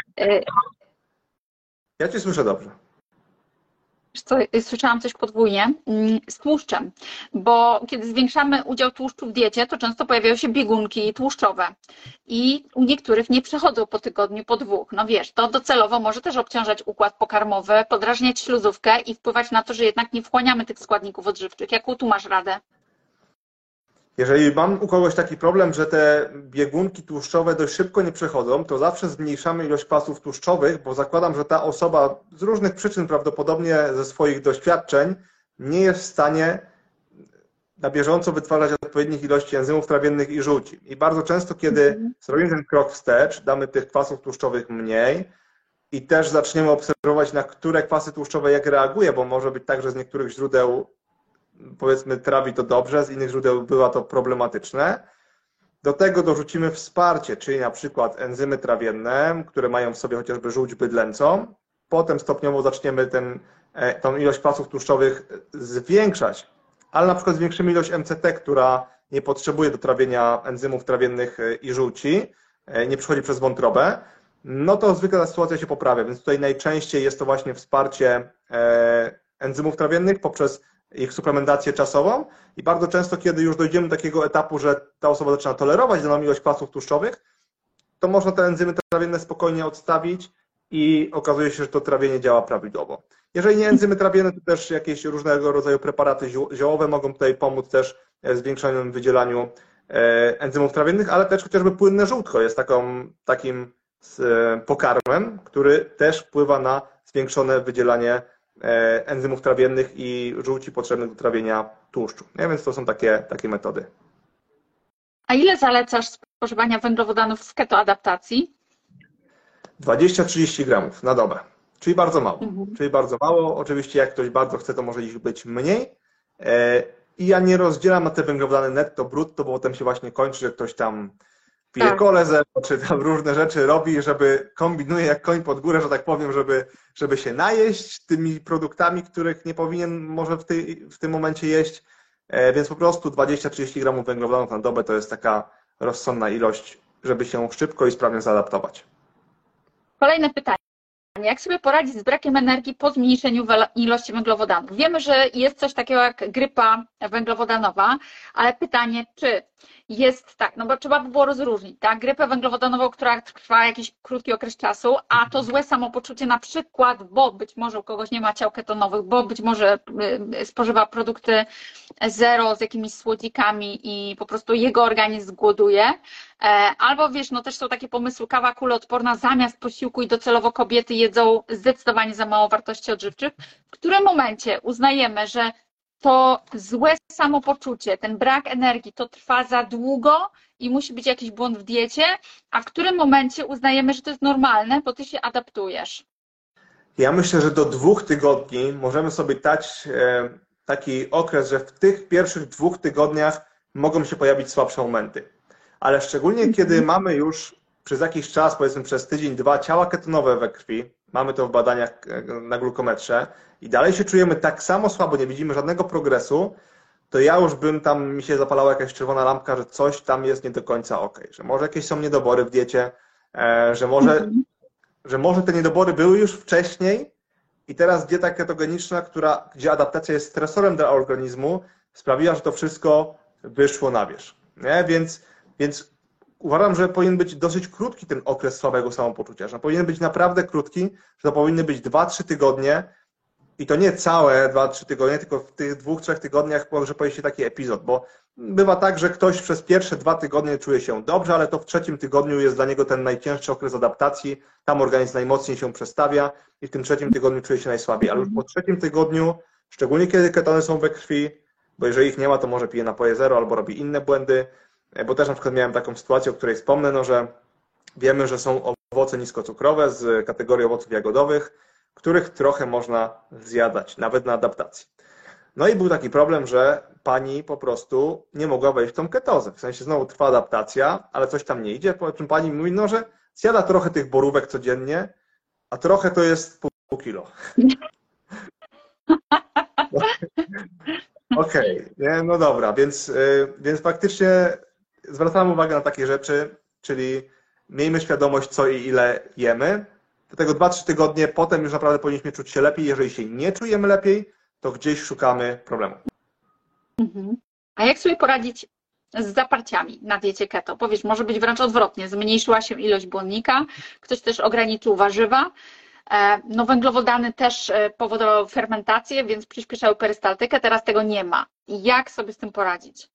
Ja Cię słyszę dobrze. Słyszałam coś podwójnie, z tłuszczem, bo kiedy zwiększamy udział tłuszczu w diecie, to często pojawiają się biegunki tłuszczowe i u niektórych nie przechodzą po tygodniu, po dwóch. No wiesz, to docelowo może też obciążać układ pokarmowy, podrażniać śluzówkę i wpływać na to, że jednak nie wchłaniamy tych składników odżywczych. Jaką tu masz radę? Jeżeli mam u kogoś taki problem, że te biegunki tłuszczowe dość szybko nie przechodzą, to zawsze zmniejszamy ilość kwasów tłuszczowych, bo zakładam, że ta osoba z różnych przyczyn, prawdopodobnie ze swoich doświadczeń, nie jest w stanie na bieżąco wytwarzać odpowiednich ilości enzymów trawiennych i żółci. I bardzo często, kiedy zrobimy ten krok wstecz, damy tych kwasów tłuszczowych mniej i też zaczniemy obserwować, na które kwasy tłuszczowe jak reaguje, bo może być tak, że z niektórych źródeł powiedzmy trawi to dobrze, z innych źródeł bywa to problematyczne. Do tego dorzucimy wsparcie, czyli na przykład enzymy trawienne, które mają w sobie chociażby żółć bydlęcą. Potem stopniowo zaczniemy tą ilość kwasów tłuszczowych zwiększać, ale na przykład zwiększymy ilość MCT, która nie potrzebuje do trawienia enzymów trawiennych i żółci, nie przechodzi przez wątrobę, no to zwykle ta sytuacja się poprawia, więc tutaj najczęściej jest to właśnie wsparcie enzymów trawiennych poprzez ich suplementację czasową i bardzo często, kiedy już dojdziemy do takiego etapu, że ta osoba zaczyna tolerować daną ilość kwasów tłuszczowych, to można te enzymy trawienne spokojnie odstawić i okazuje się, że to trawienie działa prawidłowo. Jeżeli nie enzymy trawienne, to też jakieś różnego rodzaju preparaty ziołowe mogą tutaj pomóc też w zwiększonym wydzielaniu enzymów trawiennych, ale też chociażby płynne żółtko jest takim pokarmem, który też wpływa na zwiększone wydzielanie enzymów trawiennych i żółci potrzebnych do trawienia tłuszczu. Nie? Więc to są takie metody. A ile zalecasz spożywania węglowodanów w ketoadaptacji? 20-30 gramów na dobę, czyli bardzo mało. Czyli bardzo mało. Oczywiście jak ktoś bardzo chce, to może ich być mniej. I ja nie rozdzielam na te węglowodany netto, brutto, bo potem się właśnie kończy, że ktoś tam pije kole zero, czy tam różne rzeczy robi, żeby kombinuje jak koń pod górę, że tak powiem, żeby się najeść tymi produktami, których nie powinien może w tym momencie jeść. Więc po prostu 20-30 gramów węglowodanów na dobę to jest taka rozsądna ilość, żeby się szybko i sprawnie zaadaptować. Kolejne pytanie. jak sobie poradzić z brakiem energii po zmniejszeniu ilości węglowodanów? Wiemy, że jest coś takiego jak grypa węglowodanowa, ale pytanie, czy jest tak, no bo trzeba by było rozróżnić, tak? Grypę węglowodanową, która trwa jakiś krótki okres czasu, a to złe samopoczucie na przykład, bo być może u kogoś nie ma ciał ketonowych, bo być może spożywa produkty zero z jakimiś słodzikami i po prostu jego organizm głoduje. Albo wiesz, no też są takie pomysły, kawa kuloodporna zamiast posiłku i docelowo kobiety jedzą zdecydowanie za mało wartości odżywczych. W którym momencie uznajemy, że to złe samopoczucie, ten brak energii, to trwa za długo i musi być jakiś błąd w diecie, a w którym momencie uznajemy, że to jest normalne, bo ty się adaptujesz? Ja myślę, że do 2 tygodni możemy sobie dać taki okres, że w tych pierwszych 2 tygodniach mogą się pojawić słabsze momenty. Ale szczególnie kiedy mamy już przez jakiś czas, powiedzmy przez tydzień, dwa, ciała ketonowe we krwi, mamy to w badaniach na glukometrze i dalej się czujemy tak samo słabo, nie widzimy żadnego progresu, to ja już bym tam, mi się zapalała jakaś czerwona lampka, że coś tam jest nie do końca okej, że może jakieś są niedobory w diecie, że może te niedobory były już wcześniej i teraz dieta ketogeniczna, gdzie adaptacja jest stresorem dla organizmu, sprawiła, że to wszystko wyszło na wierzch. Nie? Więc uważam, że powinien być dosyć krótki ten okres słabego samopoczucia, że powinien być naprawdę krótki, że to powinny być 2-3 tygodnie i to nie całe 2-3 tygodnie, tylko w tych 2-3 tygodniach może pojawić się taki epizod, bo bywa tak, że ktoś przez pierwsze 2 tygodnie czuje się dobrze, ale to w 3. tygodniu jest dla niego ten najcięższy okres adaptacji, tam organizm najmocniej się przestawia i w tym 3. tygodniu czuje się najsłabiej, ale już po 3. tygodniu, szczególnie kiedy ketony są we krwi, bo jeżeli ich nie ma, to może pije napoje zero albo robi inne błędy, bo też na przykład miałem taką sytuację, o której wspomnę, no, że wiemy, że są owoce niskocukrowe z kategorii owoców jagodowych, których trochę można zjadać, nawet na adaptacji. No i był taki problem, że pani po prostu nie mogła wejść w tą ketozę. W sensie znowu trwa adaptacja, ale coś tam nie idzie, po czym pani mówi, no, że zjada trochę tych borówek codziennie, a trochę to jest pół kilo. Okej, no dobra, więc faktycznie zwracamy uwagę na takie rzeczy, czyli miejmy świadomość, co i ile jemy. Do tego 2-3 tygodnie, potem już naprawdę powinniśmy czuć się lepiej. Jeżeli się nie czujemy lepiej, to gdzieś szukamy problemu. A jak sobie poradzić z zaparciami na diecie keto? Powiesz, może być wręcz odwrotnie. Zmniejszyła się ilość błonnika, ktoś też ograniczył warzywa. No, węglowodany też powodowały fermentację, więc przyspieszały perystaltykę, teraz tego nie ma. Jak sobie z tym poradzić?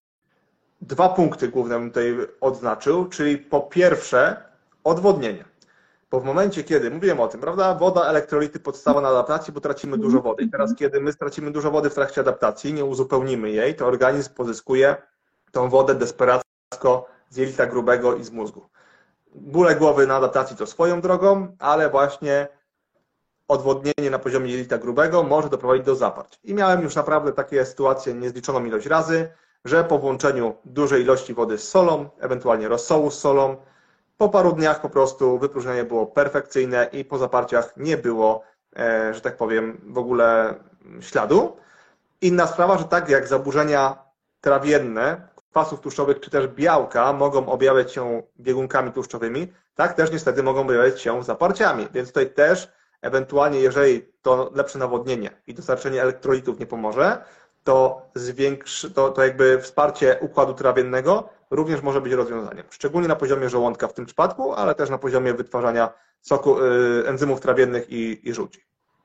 2 punkty główne bym tutaj odznaczył, czyli po pierwsze odwodnienie. Bo w momencie, kiedy, mówiłem o tym, prawda, woda, elektrolity, podstawa na adaptacji, bo tracimy dużo wody. I teraz, kiedy my stracimy dużo wody w trakcie adaptacji, nie uzupełnimy jej, to organizm pozyskuje tą wodę desperacko z jelita grubego i z mózgu. Bóle głowy na adaptacji to swoją drogą, ale właśnie odwodnienie na poziomie jelita grubego może doprowadzić do zaparć. I miałem już naprawdę takie sytuacje niezliczoną ilość razy, że po włączeniu dużej ilości wody z solą, ewentualnie rozsołu z solą, po paru dniach po prostu wypróżnienie było perfekcyjne i po zaparciach nie było, że tak powiem, w ogóle śladu. Inna sprawa, że tak jak zaburzenia trawienne, kwasów tłuszczowych czy też białka mogą objawiać się biegunkami tłuszczowymi, tak też niestety mogą objawiać się zaparciami. Więc tutaj też ewentualnie, jeżeli to lepsze nawodnienie i dostarczenie elektrolitów nie pomoże, to jakby wsparcie układu trawiennego również może być rozwiązaniem. Szczególnie na poziomie żołądka w tym przypadku, ale też na poziomie wytwarzania enzymów trawiennych i żółci.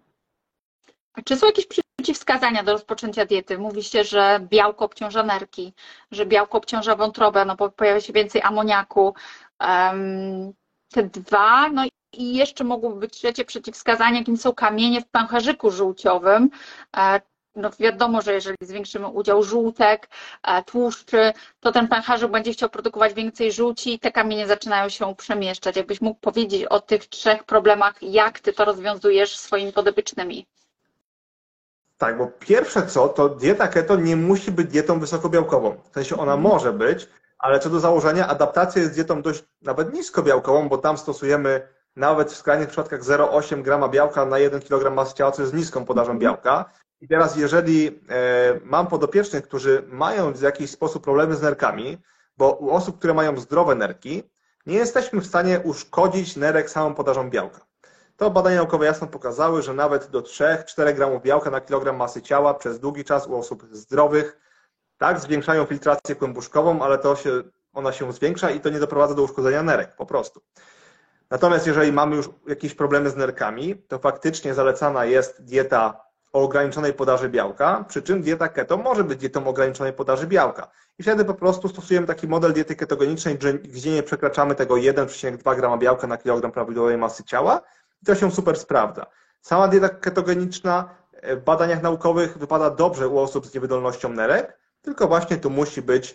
A czy są jakieś przeciwwskazania do rozpoczęcia diety? Mówi się, że białko obciąża nerki, że białko obciąża wątrobę, no bo pojawia się więcej amoniaku. Te 2, no i jeszcze mogłoby być trzecie przeciwwskazanie, jakim są kamienie w pęcherzyku żółciowym. No wiadomo, że jeżeli zwiększymy udział żółtek, tłuszczy, to ten pęcherzyk będzie chciał produkować więcej żółci i te kamienie zaczynają się przemieszczać. Jakbyś mógł powiedzieć o tych 3 problemach, jak ty to rozwiązujesz swoimi podopiecznymi? Tak, bo pierwsze co, to dieta keto nie musi być dietą wysokobiałkową. W sensie ona może być, ale co do założenia adaptacja jest dietą dość nawet niskobiałkową, bo tam stosujemy nawet w skrajnych przypadkach 0,8 grama białka na 1 kg masy ciała, co jest niską podażą białka. I teraz jeżeli mam podopiecznych, którzy mają w jakiś sposób problemy z nerkami, bo u osób, które mają zdrowe nerki, nie jesteśmy w stanie uszkodzić nerek samą podażą białka. to badania naukowe jasno pokazały, że nawet do 3-4 gramów białka na kilogram masy ciała przez długi czas u osób zdrowych tak zwiększają filtrację kłębuszkową, ale ona się zwiększa i to nie doprowadza do uszkodzenia nerek po prostu. Natomiast jeżeli mamy już jakieś problemy z nerkami, to faktycznie zalecana jest dieta o ograniczonej podaży białka, przy czym dieta keto może być dietą o ograniczonej podaży białka. I wtedy po prostu stosujemy taki model diety ketogenicznej, gdzie nie przekraczamy tego 1,2 grama białka na kilogram prawidłowej masy ciała i to się super sprawdza. Sama dieta ketogeniczna w badaniach naukowych wypada dobrze u osób z niewydolnością nerek, tylko właśnie tu musi być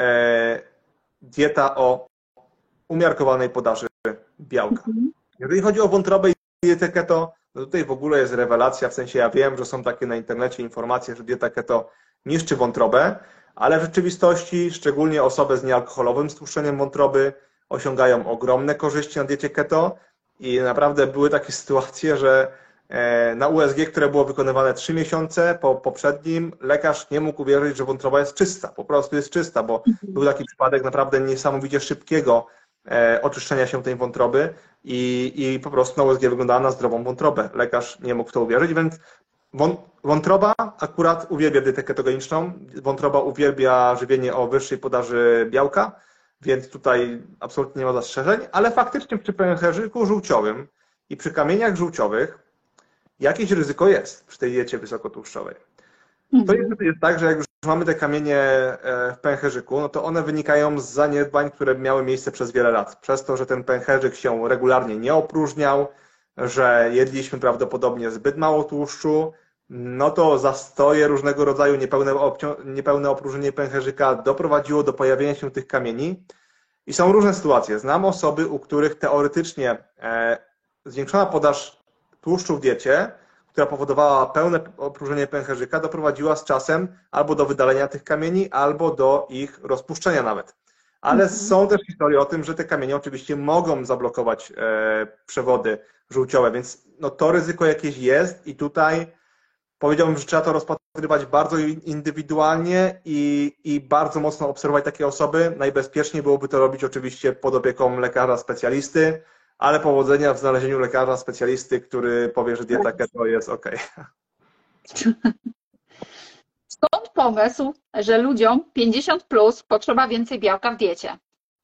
dieta o umiarkowanej podaży białka. Jeżeli chodzi o wątrobę i dietę keto, no tutaj w ogóle jest rewelacja, w sensie ja wiem, że są takie na internecie informacje, że dieta keto niszczy wątrobę, ale w rzeczywistości szczególnie osoby z niealkoholowym stłuszczeniem wątroby osiągają ogromne korzyści na diecie keto i naprawdę były takie sytuacje, że na USG, które było wykonywane 3 miesiące po poprzednim, lekarz nie mógł uwierzyć, że wątroba jest czysta, po prostu jest czysta, bo był taki przypadek naprawdę niesamowicie szybkiego oczyszczenia się tej wątroby i po prostu na USG wyglądała na zdrową wątrobę. Lekarz nie mógł w to uwierzyć, więc wątroba akurat uwielbia dietę ketogeniczną, wątroba uwielbia żywienie o wyższej podaży białka, więc tutaj absolutnie nie ma zastrzeżeń, ale faktycznie przy pęcherzyku żółciowym i przy kamieniach żółciowych jakieś ryzyko jest przy tej diecie wysokotłuszczowej. To jest tak, że jak już mamy te kamienie w pęcherzyku, no to one wynikają z zaniedbań, które miały miejsce przez wiele lat. Przez to, że ten pęcherzyk się regularnie nie opróżniał, że jedliśmy prawdopodobnie zbyt mało tłuszczu, no to zastoje różnego rodzaju, niepełne opróżnienie pęcherzyka doprowadziło do pojawienia się tych kamieni. I są różne sytuacje. Znam osoby, u których teoretycznie zwiększona podaż tłuszczu w diecie, która powodowała pełne opróżnienie pęcherzyka, doprowadziła z czasem albo do wydalenia tych kamieni, albo do ich rozpuszczenia nawet. Ale są też historie o tym, że te kamienie oczywiście mogą zablokować przewody żółciowe, więc no to ryzyko jakieś jest i tutaj powiedziałbym, że trzeba to rozpatrywać bardzo indywidualnie i bardzo mocno obserwować takie osoby. Najbezpieczniej byłoby to robić oczywiście pod opieką lekarza specjalisty, ale powodzenia w znalezieniu lekarza specjalisty, który powie, że dieta keto jest ok. Skąd pomysł, że ludziom 50+ potrzeba więcej białka w diecie?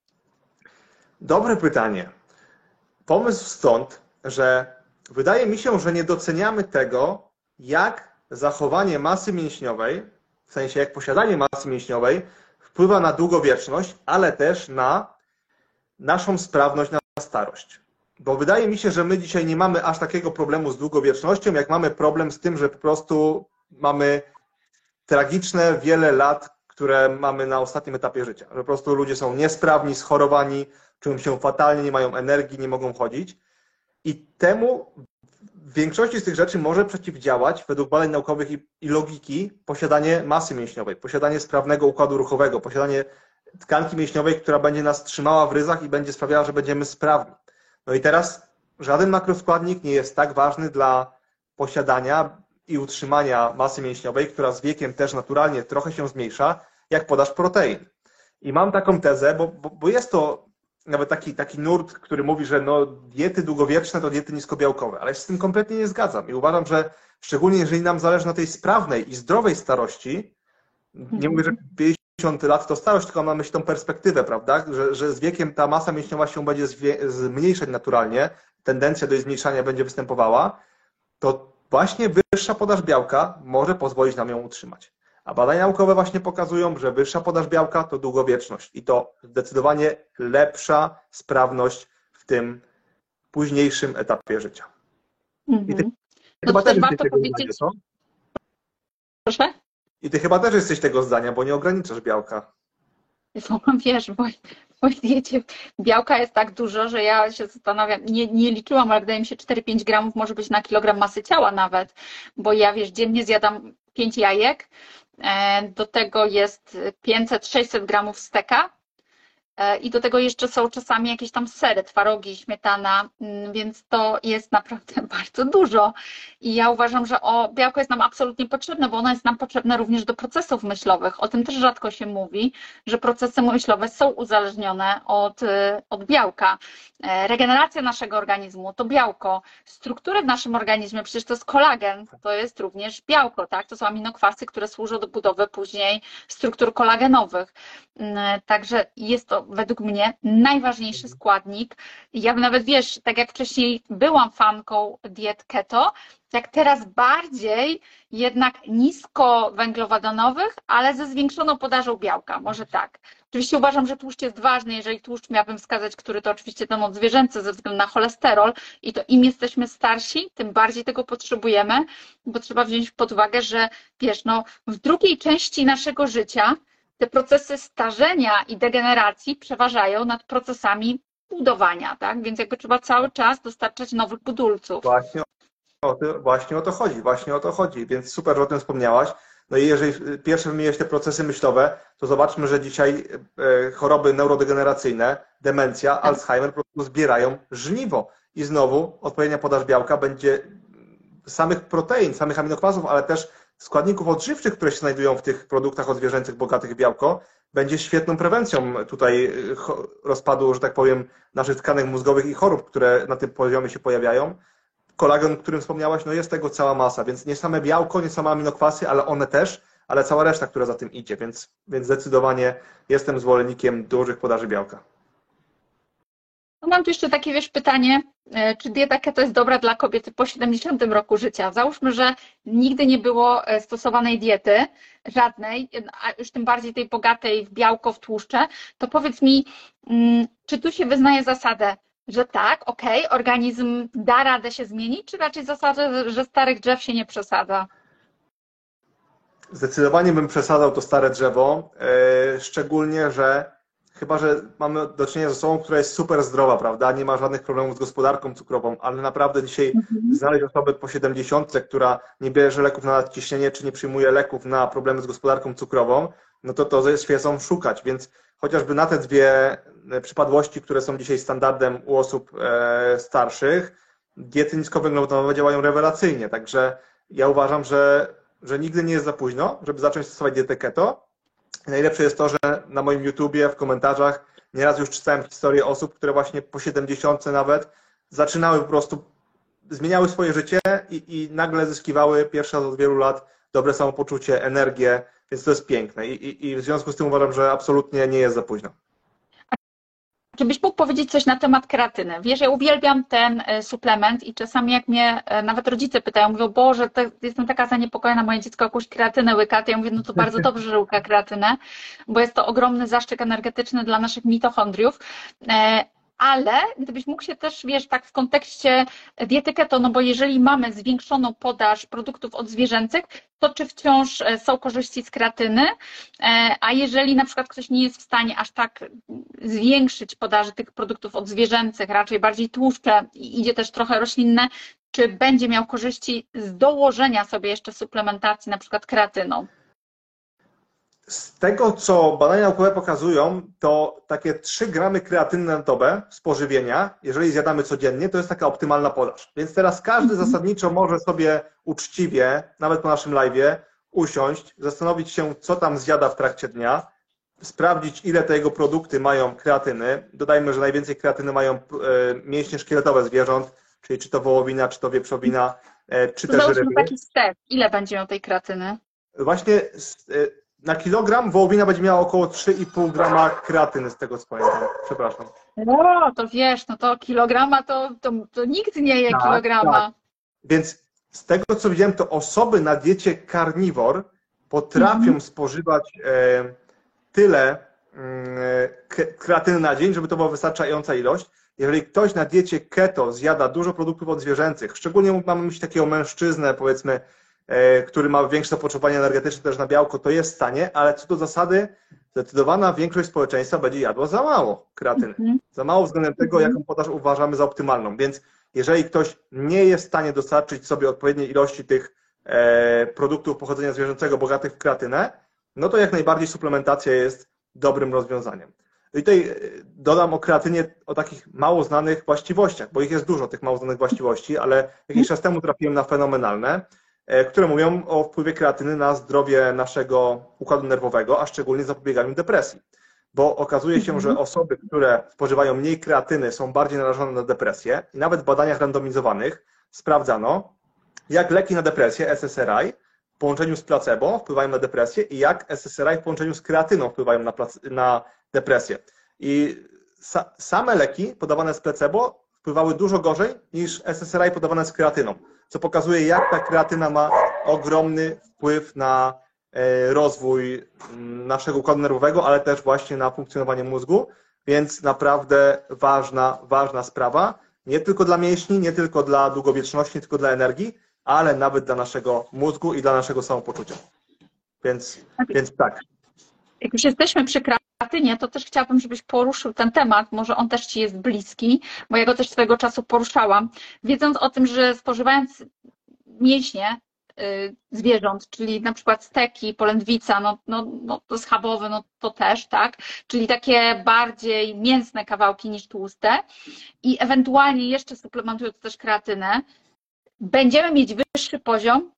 Dobre pytanie. Pomysł stąd, że wydaje mi się, że nie doceniamy tego, jak zachowanie masy mięśniowej, w sensie jak posiadanie masy mięśniowej wpływa na długowieczność, ale też na naszą sprawność na starość. Bo wydaje mi się, że my dzisiaj nie mamy aż takiego problemu z długowiecznością, jak mamy problem z tym, że po prostu mamy tragiczne wiele lat, które mamy na ostatnim etapie życia. Że po prostu ludzie są niesprawni, schorowani, czują się fatalnie, nie mają energii, nie mogą chodzić. I temu w większości z tych rzeczy może przeciwdziałać, według badań naukowych i logiki, posiadanie masy mięśniowej, posiadanie sprawnego układu ruchowego, posiadanie tkanki mięśniowej, która będzie nas trzymała w ryzach i będzie sprawiała, że będziemy sprawni. No i teraz żaden makroskładnik nie jest tak ważny dla posiadania i utrzymania masy mięśniowej, która z wiekiem też naturalnie trochę się zmniejsza, jak podaż protein. I mam taką tezę, bo jest to nawet taki nurt, który mówi, że no, diety długowieczne to diety niskobiałkowe, ale ja się z tym kompletnie nie zgadzam i uważam, że szczególnie jeżeli nam zależy na tej sprawnej i zdrowej starości, nie mówię, że 50 lat to starość, tylko mam na myśli tą perspektywę, prawda, że z wiekiem ta masa mięśniowa się będzie zmniejszać naturalnie, tendencja do jej zmniejszania będzie występowała, to właśnie wyższa podaż białka może pozwolić nam ją utrzymać. A badania naukowe właśnie pokazują, że wyższa podaż białka to długowieczność i to zdecydowanie lepsza sprawność w tym późniejszym etapie życia. I ty chyba też jesteś tego zdania, co? Proszę? I ty chyba też jesteś tego zdania, bo nie ograniczasz białka. Wiesz, bo w diecie białka jest tak dużo, że ja się zastanawiam, nie liczyłam, ale wydaje mi się 4-5 gramów może być na kilogram masy ciała nawet, bo ja wiesz, dziennie zjadam 5 jajek, do tego jest 500-600 gramów steka I do tego jeszcze są czasami jakieś tam sery, twarogi, śmietana, więc to jest naprawdę bardzo dużo. I ja uważam, że białko jest nam absolutnie potrzebne, bo ono jest nam potrzebne również do procesów myślowych. O tym też rzadko się mówi, że procesy myślowe są uzależnione od białka. Regeneracja naszego organizmu to białko. Struktury w naszym organizmie, przecież to jest kolagen, to jest również białko, tak? To są aminokwasy, które służą do budowy później struktur kolagenowych. Także jest to według mnie najważniejszy składnik. Ja bym nawet, wiesz, tak jak wcześniej byłam fanką diet keto, tak teraz bardziej jednak niskowęglowodanowych, ale ze zwiększoną podażą białka, może tak. Oczywiście uważam, że tłuszcz jest ważny, jeżeli tłuszcz miałabym wskazać, który to oczywiście ten odzwierzęcy ze względu na cholesterol i to im jesteśmy starsi, tym bardziej tego potrzebujemy, bo trzeba wziąć pod uwagę, że wiesz, no, w drugiej części naszego życia te procesy starzenia i degeneracji przeważają nad procesami budowania, tak? Więc jakby trzeba cały czas dostarczać nowych budulców. Właśnie o to chodzi, więc super, że o tym wspomniałaś. No i jeżeli pierwsze wymieniłeś te procesy myślowe, to zobaczmy, że dzisiaj choroby neurodegeneracyjne, demencja, Alzheimer po prostu zbierają żniwo. I znowu odpowiednia podaż białka będzie samych protein, samych aminokwasów, ale też składników odżywczych, które się znajdują w tych produktach odzwierzęcych bogatych w białko, będzie świetną prewencją tutaj rozpadu, że tak powiem, naszych tkanek mózgowych i chorób, które na tym poziomie się pojawiają. Kolagen, o którym wspomniałaś, no jest tego cała masa, więc nie same białko, nie same aminokwasy, ale one też, ale cała reszta, która za tym idzie, więc zdecydowanie jestem zwolennikiem dużych podaży białka. No mam tu jeszcze takie, wiesz, pytanie, czy dieta keto jest dobra dla kobiety po 70 roku życia? Załóżmy, że nigdy nie było stosowanej diety, żadnej, a już tym bardziej tej bogatej w białko, w tłuszcze, to powiedz mi, czy tu się wyznaje zasadę, że tak, okej, organizm da radę się zmienić, czy raczej zasadę, że starych drzew się nie przesadza? Zdecydowanie bym przesadzał to stare drzewo, szczególnie, że chyba, że mamy do czynienia z osobą, która jest super zdrowa, prawda? Nie ma żadnych problemów z gospodarką cukrową, ale naprawdę dzisiaj znaleźć osobę po 70, która nie bierze leków na nadciśnienie, czy nie przyjmuje leków na problemy z gospodarką cukrową, no to jest świecą szukać, więc chociażby na te dwie przypadłości, które są dzisiaj standardem u osób starszych, diety niskowęglowodanowe działają rewelacyjnie, także ja uważam, że nigdy nie jest za późno, żeby zacząć stosować dietę keto. Najlepsze jest to, że na moim YouTubie, w komentarzach nieraz już czytałem historie osób, które właśnie po 70 nawet zaczynały po prostu, zmieniały swoje życie i nagle zyskiwały pierwszy raz od wielu lat dobre samopoczucie, energię, więc to jest piękne i w związku z tym uważam, że absolutnie nie jest za późno. Czy byś mógł powiedzieć coś na temat kreatyny? Wiesz, ja uwielbiam ten suplement i czasami jak mnie nawet rodzice pytają, mówią, Boże, jestem taka zaniepokojona, moje dziecko jakąś kreatynę łyka, to ja mówię, no to bardzo dobrze, że łyka kreatynę, bo jest to ogromny zaszczyt energetyczny dla naszych mitochondriów. Ale gdybyś mógł się też, wiesz, tak w kontekście diety keto, no bo jeżeli mamy zwiększoną podaż produktów odzwierzęcych, to czy wciąż są korzyści z kreatyny, a jeżeli na przykład ktoś nie jest w stanie aż tak zwiększyć podaży tych produktów odzwierzęcych, raczej bardziej tłuszcze i idzie też trochę roślinne, czy będzie miał korzyści z dołożenia sobie jeszcze suplementacji, na przykład kreatyną? Z tego, co badania naukowe pokazują, to takie 3 gramy kreatyny na dobę z pożywienia, jeżeli zjadamy codziennie, to jest taka optymalna podaż. Więc teraz każdy zasadniczo może sobie uczciwie, nawet po naszym live'ie, usiąść, zastanowić się, co tam zjada w trakcie dnia, sprawdzić, ile te jego produkty mają kreatyny. Dodajmy, że najwięcej kreatyny mają mięśnie szkieletowe zwierząt, czyli czy to wołowina, czy to wieprzowina, czy też ryby. Taki step. Ile będzie miał tej kreatyny? Właśnie na kilogram wołowina będzie miała około 3,5 grama kreatyny, z tego co pamiętam. Przepraszam. No, to wiesz, no to kilograma to nikt nie je kilograma. Tak. Więc z tego co widziałem, to osoby na diecie carnivore potrafią spożywać tyle kreatyny na dzień, żeby to była wystarczająca ilość. Jeżeli ktoś na diecie keto zjada dużo produktów odzwierzęcych, szczególnie mamy myśli takiego mężczyznę, powiedzmy, który ma większe zapotrzebowanie energetyczne też na białko, to jest w stanie, ale co do zasady, zdecydowana większość społeczeństwa będzie jadła za mało kreatyny. Za mało względem tego, jaką podaż uważamy za optymalną. Więc jeżeli ktoś nie jest w stanie dostarczyć sobie odpowiedniej ilości tych produktów pochodzenia zwierzęcego bogatych w kreatynę, no to jak najbardziej suplementacja jest dobrym rozwiązaniem. I tutaj dodam o kreatynie, o takich mało znanych właściwościach, bo ich jest dużo, tych mało znanych właściwości, ale jakiś czas temu trafiłem na fenomenalne, które mówią o wpływie kreatyny na zdrowie naszego układu nerwowego, a szczególnie zapobieganiu depresji. Bo okazuje się, że osoby, które spożywają mniej kreatyny, są bardziej narażone na depresję i nawet w badaniach randomizowanych sprawdzano, jak leki na depresję, SSRI, w połączeniu z placebo wpływają na depresję i jak SSRI w połączeniu z kreatyną wpływają na depresję. I same leki podawane z placebo wpływały dużo gorzej niż SSRI podawane z kreatyną, co pokazuje, jak ta kreatyna ma ogromny wpływ na rozwój naszego układu nerwowego, ale też właśnie na funkcjonowanie mózgu, więc naprawdę ważna sprawa, nie tylko dla mięśni, nie tylko dla długowieczności, nie tylko dla energii, ale nawet dla naszego mózgu i dla naszego samopoczucia. Więc tak. Jak już jesteśmy przy kreatynie, to też chciałabym, żebyś poruszył ten temat, może on też Ci jest bliski, bo ja go też swego czasu poruszałam, wiedząc o tym, że spożywając mięśnie zwierząt, czyli na przykład steki, polędwica, to schabowe, to też, tak? Czyli takie bardziej mięsne kawałki niż tłuste i ewentualnie jeszcze suplementując też kreatynę, będziemy mieć wyższy poziom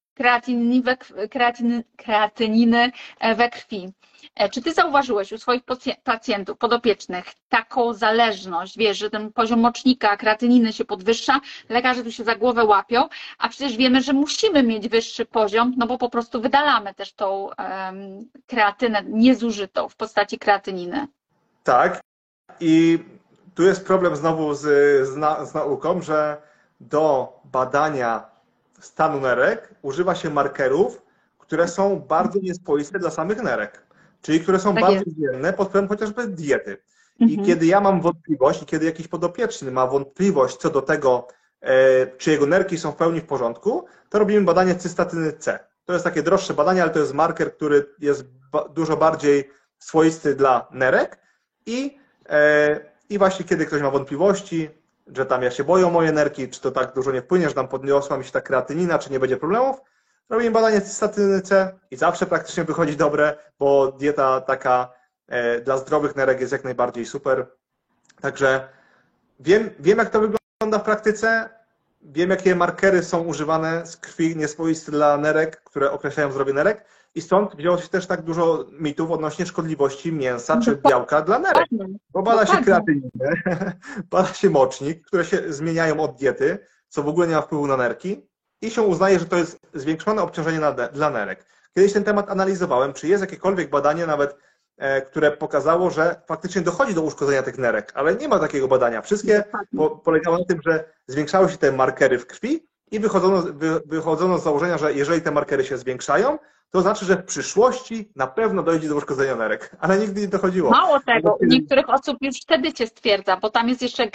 kreatyniny we krwi. Czy Ty zauważyłeś u swoich pacjentów, podopiecznych taką zależność, wiesz, że ten poziom mocznika, kreatyniny się podwyższa, lekarze tu się za głowę łapią, a przecież wiemy, że musimy mieć wyższy poziom, no bo po prostu wydalamy też tą kreatynę niezużytą w postaci kreatyniny. Tak. I tu jest problem znowu z nauką, że do badania stanu nerek używa się markerów, które są bardzo niespoiste dla samych nerek, czyli które są bardzo zmienne pod wpływem chociażby diety. I kiedy ja mam wątpliwość i kiedy jakiś podopieczny ma wątpliwość co do tego, czy jego nerki są w pełni w porządku, to robimy badanie cystatyny C. To jest takie droższe badanie, ale to jest marker, który jest dużo bardziej swoisty dla nerek i właśnie kiedy ktoś ma wątpliwości, że tam ja się boję o moje nerki, czy to tak dużo nie wpłynie, że tam podniosła mi się ta kreatynina, czy nie będzie problemów, robimy badanie cystatyny C i zawsze praktycznie wychodzi dobre, bo dieta taka dla zdrowych nerek jest jak najbardziej super. Także wiem jak to wygląda w praktyce, wiem jakie markery są używane z krwi nieswoiste dla nerek, które określają zdrowie nerek i stąd wzięło się też tak dużo mitów odnośnie szkodliwości mięsa czy białka dla nerek. Bo bada się kreatyninę, bada się mocznik, które się zmieniają od diety, co w ogóle nie ma wpływu na nerki i się uznaje, że to jest zwiększone obciążenie dla nerek. Kiedyś ten temat analizowałem, czy jest jakiekolwiek badanie nawet, które pokazało, że faktycznie dochodzi do uszkodzenia tych nerek, ale nie ma takiego badania. Wszystkie polegały na tym, że zwiększały się te markery w krwi i wychodzono z założenia, że jeżeli te markery się zwiększają, to znaczy, że w przyszłości na pewno dojdzie do uszkodzenia nerek, ale nigdy nie dochodziło. Mało tego, u niektórych osób już wtedy się stwierdza, bo tam jest jeszcze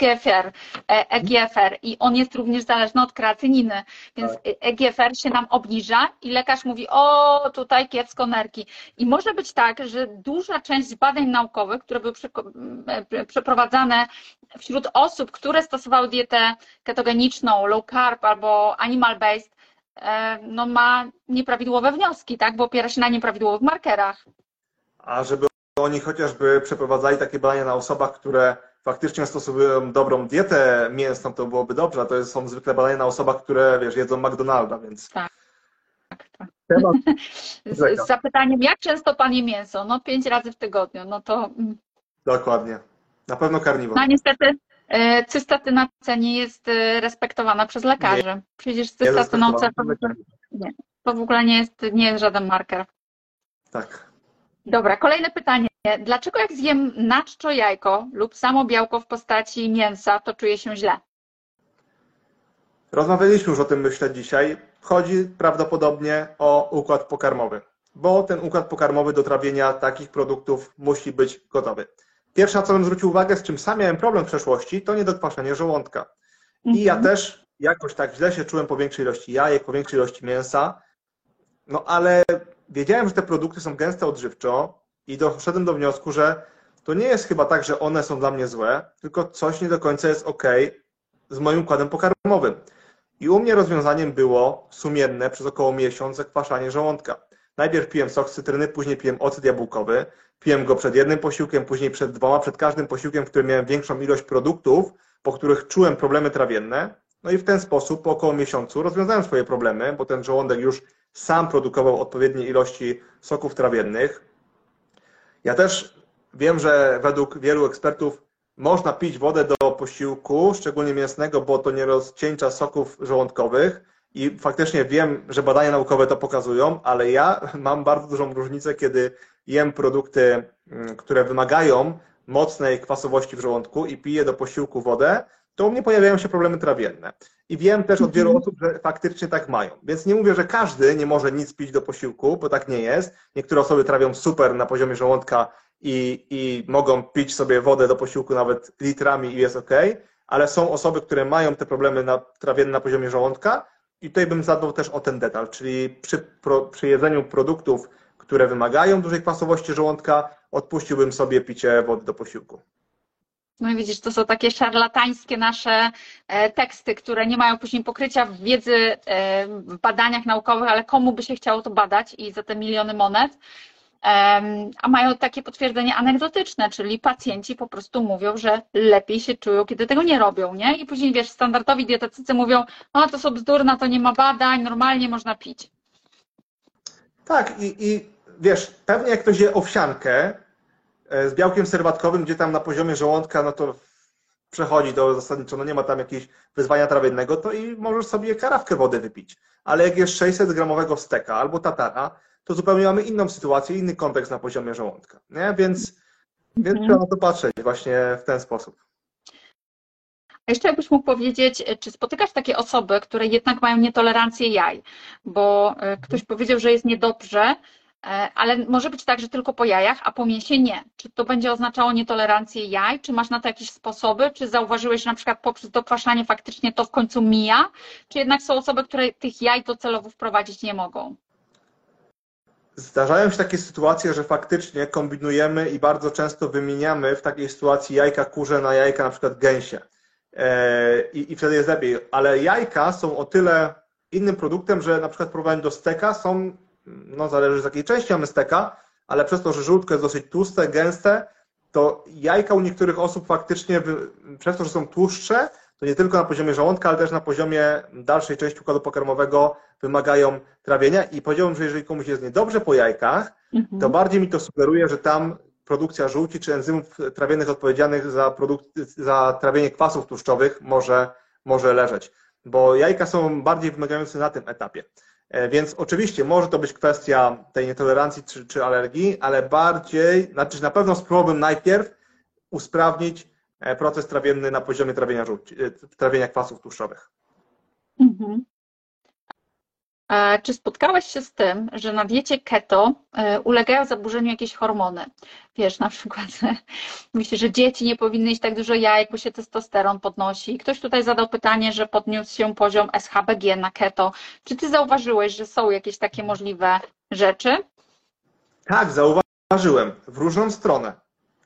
EGFR i on jest również zależny od kreatyniny, więc EGFR się nam obniża i lekarz mówi, o tutaj kiepsko nerki. I może być tak, że duża część badań naukowych, które były przeprowadzane wśród osób, które stosowały dietę ketogeniczną, low carb albo animal based, ma nieprawidłowe wnioski, tak? Bo opiera się na nieprawidłowych markerach. A żeby oni chociażby przeprowadzali takie badania na osobach, które faktycznie stosują dobrą dietę mięsną, to byłoby dobrze, a to są zwykle badania na osobach, które, wiesz, jedzą McDonalda, więc... Tak. Z zapytaniem, jak często Pan je mięso? 5 razy w tygodniu, to... Dokładnie. Na pewno karniwor. No niestety cystatyna C nie jest respektowana przez lekarzy. Przecież z cystatyną C to w ogóle nie jest żaden marker. Tak. Dobra, kolejne pytanie. Dlaczego jak zjem na czczo jajko lub samo białko w postaci mięsa, to czuję się źle? Rozmawialiśmy już o tym, myślę, dzisiaj. Chodzi prawdopodobnie o układ pokarmowy, bo ten układ pokarmowy do trawienia takich produktów musi być gotowy. Pierwsza, co bym zwrócił uwagę, z czym sam miałem problem w przeszłości, to niedokwaszenie żołądka. I ja też jakoś tak źle się czułem po większej ilości jajek, po większej ilości mięsa, ale wiedziałem, że te produkty są gęste odżywczo i doszedłem do wniosku, że to nie jest chyba tak, że one są dla mnie złe, tylko coś nie do końca jest ok z moim układem pokarmowym. I u mnie rozwiązaniem było sumienne przez około miesiąc zakwaszanie żołądka. Najpierw piłem sok z cytryny, później piłem ocet jabłkowy. Piłem go przed jednym posiłkiem, później przed dwoma, przed każdym posiłkiem, w którym miałem większą ilość produktów, po których czułem problemy trawienne. No i w ten sposób po około miesiącu rozwiązałem swoje problemy, bo ten żołądek już sam produkował odpowiednie ilości soków trawiennych. Ja też wiem, że według wielu ekspertów można pić wodę do posiłku, szczególnie mięsnego, bo to nie rozcieńcza soków żołądkowych i faktycznie wiem, że badania naukowe to pokazują, ale ja mam bardzo dużą różnicę, kiedy jem produkty, które wymagają mocnej kwasowości w żołądku i piję do posiłku wodę, to u mnie pojawiają się problemy trawienne. I wiem też od wielu osób, że faktycznie tak mają. Więc nie mówię, że każdy nie może nic pić do posiłku, bo tak nie jest. Niektóre osoby trawią super na poziomie żołądka i mogą pić sobie wodę do posiłku nawet litrami i jest ok, ale są osoby, które mają te problemy trawienne na poziomie żołądka i tutaj bym zadbał też o ten detal, czyli przy jedzeniu produktów, które wymagają dużej kwasowości żołądka, odpuściłbym sobie picie wody do posiłku. No i widzisz, to są takie szarlatańskie nasze teksty, które nie mają później pokrycia w wiedzy, w badaniach naukowych, ale komu by się chciało to badać i za te miliony monet, a mają takie potwierdzenie anegdotyczne, czyli pacjenci po prostu mówią, że lepiej się czują, kiedy tego nie robią, nie? I później, wiesz, standardowi dietetycy mówią, o, to są bzdurna, to nie ma badań, normalnie można pić. Tak, i wiesz, pewnie jak ktoś je owsiankę z białkiem serwatkowym, gdzie tam na poziomie żołądka, no to przechodzi do zasadniczo, no nie ma tam jakiegoś wyzwania trawiennego, to i możesz sobie karafkę wody wypić. Ale jak jest 600-gramowego steka albo tatara, to zupełnie mamy inną sytuację, inny kontekst na poziomie żołądka. Nie? Więc trzeba na to patrzeć właśnie w ten sposób. A jeszcze jakbyś mógł powiedzieć, czy spotykasz takie osoby, które jednak mają nietolerancję jaj? Bo ktoś powiedział, że jest niedobrze, ale może być tak, że tylko po jajach, a po mięsie nie. Czy to będzie oznaczało nietolerancję jaj? Czy masz na to jakieś sposoby? Czy zauważyłeś, że na przykład poprzez dokwaszanie faktycznie to w końcu mija? Czy jednak są osoby, które tych jaj docelowo wprowadzić nie mogą? Zdarzają się takie sytuacje, że faktycznie kombinujemy i bardzo często wymieniamy w takiej sytuacji jajka kurze na jajka na przykład gęsie. I wtedy jest lepiej. Ale jajka są o tyle innym produktem, że na przykład w porównaniu do steka są, no zależy z jakiej części mamy steka, ale przez to, że żółtko jest dosyć tłuste, gęste, to jajka u niektórych osób faktycznie, przez to, że są tłuszcze, to nie tylko na poziomie żołądka, ale też na poziomie dalszej części układu pokarmowego wymagają trawienia i powiedziałbym, że jeżeli komuś jest niedobrze po jajkach, to bardziej mi to sugeruje, że tam produkcja żółci czy enzymów trawiennych odpowiedzialnych za trawienie kwasów tłuszczowych może leżeć, bo jajka są bardziej wymagające na tym etapie. Więc oczywiście może to być kwestia tej nietolerancji czy alergii, ale bardziej, znaczy na pewno spróbowałbym najpierw usprawnić proces trawienny na poziomie trawienia kwasów tłuszczowych. Czy spotkałaś się z tym, że na diecie keto ulegają zaburzeniu jakieś hormony? Wiesz, na przykład myślę, że dzieci nie powinny jeść tak dużo jajek, bo się testosteron podnosi. Ktoś tutaj zadał pytanie, że podniósł się poziom SHBG na keto. Czy ty zauważyłeś, że są jakieś takie możliwe rzeczy? Tak, zauważyłem. W różną stronę.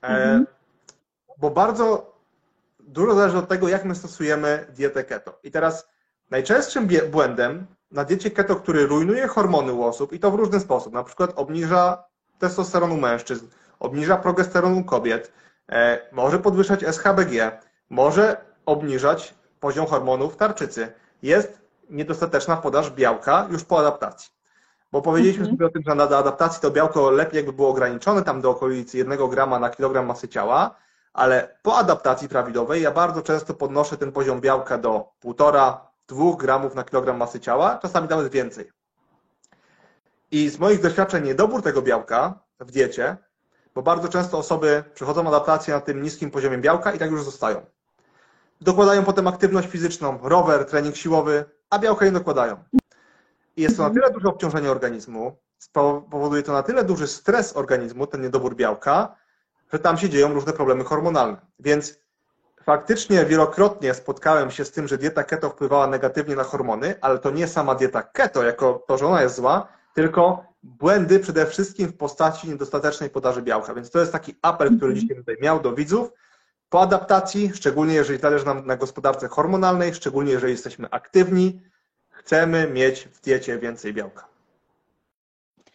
Bo bardzo dużo zależy od tego, jak my stosujemy dietę keto. I teraz najczęstszym błędem na diecie keto, który rujnuje hormony u osób i to w różny sposób, na przykład obniża testosteron u mężczyzn, obniża progesteron u kobiet, może podwyższać SHBG, może obniżać poziom hormonów tarczycy. Jest niedostateczna podaż białka już po adaptacji. Bo powiedzieliśmy sobie o tym, że na adaptacji to białko lepiej jakby było ograniczone tam do okolicy 1 grama na kilogram masy ciała, ale po adaptacji prawidłowej ja bardzo często podnoszę ten poziom białka do 1,5–2 gramów na kilogram masy ciała, czasami nawet więcej. I z moich doświadczeń niedobór tego białka w diecie, bo bardzo często osoby przechodzą adaptację na tym niskim poziomie białka i tak już zostają. Dokładają potem aktywność fizyczną, rower, trening siłowy, a białka nie dokładają. I jest to na tyle duże obciążenie organizmu, powoduje to na tyle duży stres organizmu, ten niedobór białka, że tam się dzieją różne problemy hormonalne. Więc faktycznie wielokrotnie spotkałem się z tym, że dieta keto wpływała negatywnie na hormony, ale to nie sama dieta keto, jako to, że ona jest zła, tylko błędy przede wszystkim w postaci niedostatecznej podaży białka. Więc to jest taki apel, który dzisiaj tutaj miał do widzów. Po adaptacji, szczególnie jeżeli zależy nam na gospodarce hormonalnej, szczególnie jeżeli jesteśmy aktywni, chcemy mieć w diecie więcej białka.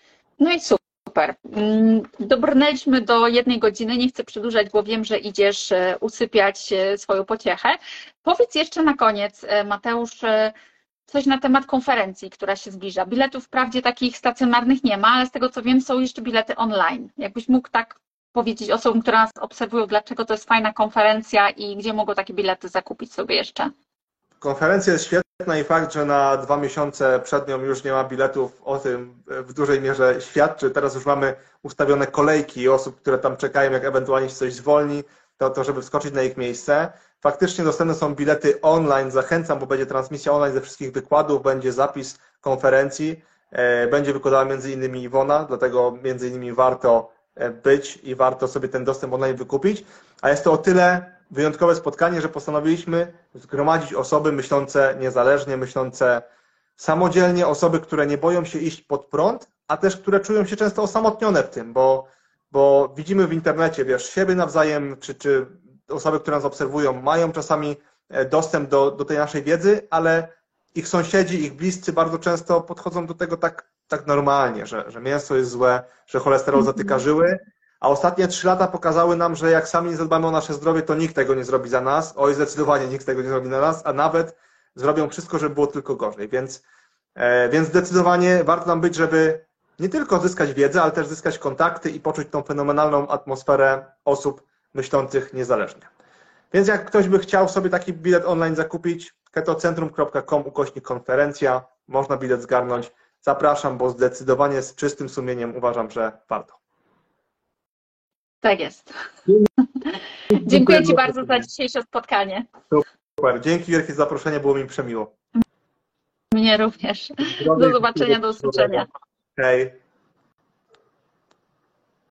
No i super. Dobrnęliśmy do 1 godziny, nie chcę przedłużać, bo wiem, że idziesz usypiać swoją pociechę. Powiedz jeszcze na koniec, Mateusz, coś na temat konferencji, która się zbliża. Biletów wprawdzie takich stacjonarnych nie ma, ale z tego co wiem, są jeszcze bilety online. Jakbyś mógł tak powiedzieć osobom, które nas obserwują, dlaczego to jest fajna konferencja i gdzie mogą takie bilety zakupić sobie jeszcze? Konferencja jest świetna i fakt, że na 2 miesiące przed nią już nie ma biletów, o tym w dużej mierze świadczy. Teraz już mamy ustawione kolejki osób, które tam czekają, jak ewentualnie się coś zwolni, to żeby wskoczyć na ich miejsce. Faktycznie dostępne są bilety online, zachęcam, bo będzie transmisja online ze wszystkich wykładów, będzie zapis konferencji, będzie wykładała między innymi Iwona, dlatego między innymi warto być i warto sobie ten dostęp online wykupić, a jest to o tyle wyjątkowe spotkanie, że postanowiliśmy zgromadzić osoby myślące niezależnie, myślące samodzielnie, osoby, które nie boją się iść pod prąd, a też które czują się często osamotnione w tym, bo widzimy w internecie, wiesz, siebie nawzajem, czy osoby, które nas obserwują, mają czasami dostęp do tej naszej wiedzy, ale ich sąsiedzi, ich bliscy bardzo często podchodzą do tego tak normalnie, że mięso jest złe, że cholesterol zatyka żyły, a ostatnie 3 lata pokazały nam, że jak sami nie zadbamy o nasze zdrowie, to nikt tego nie zrobi za nas, oj, zdecydowanie nikt tego nie zrobi za nas, a nawet zrobią wszystko, żeby było tylko gorzej, więc zdecydowanie warto nam być, żeby nie tylko zyskać wiedzę, ale też zyskać kontakty i poczuć tą fenomenalną atmosferę osób myślących niezależnie. Więc jak ktoś by chciał sobie taki bilet online zakupić, ketocentrum.com/konferencja, można bilet zgarnąć. Zapraszam, bo zdecydowanie z czystym sumieniem uważam, że warto. Tak jest. Dziękuję Ci bardzo za dzisiejsze spotkanie. Super. Dzięki wielkie za zaproszenie, było mi przemiło. Mnie również. Do zobaczenia, do usłyszenia. Hej.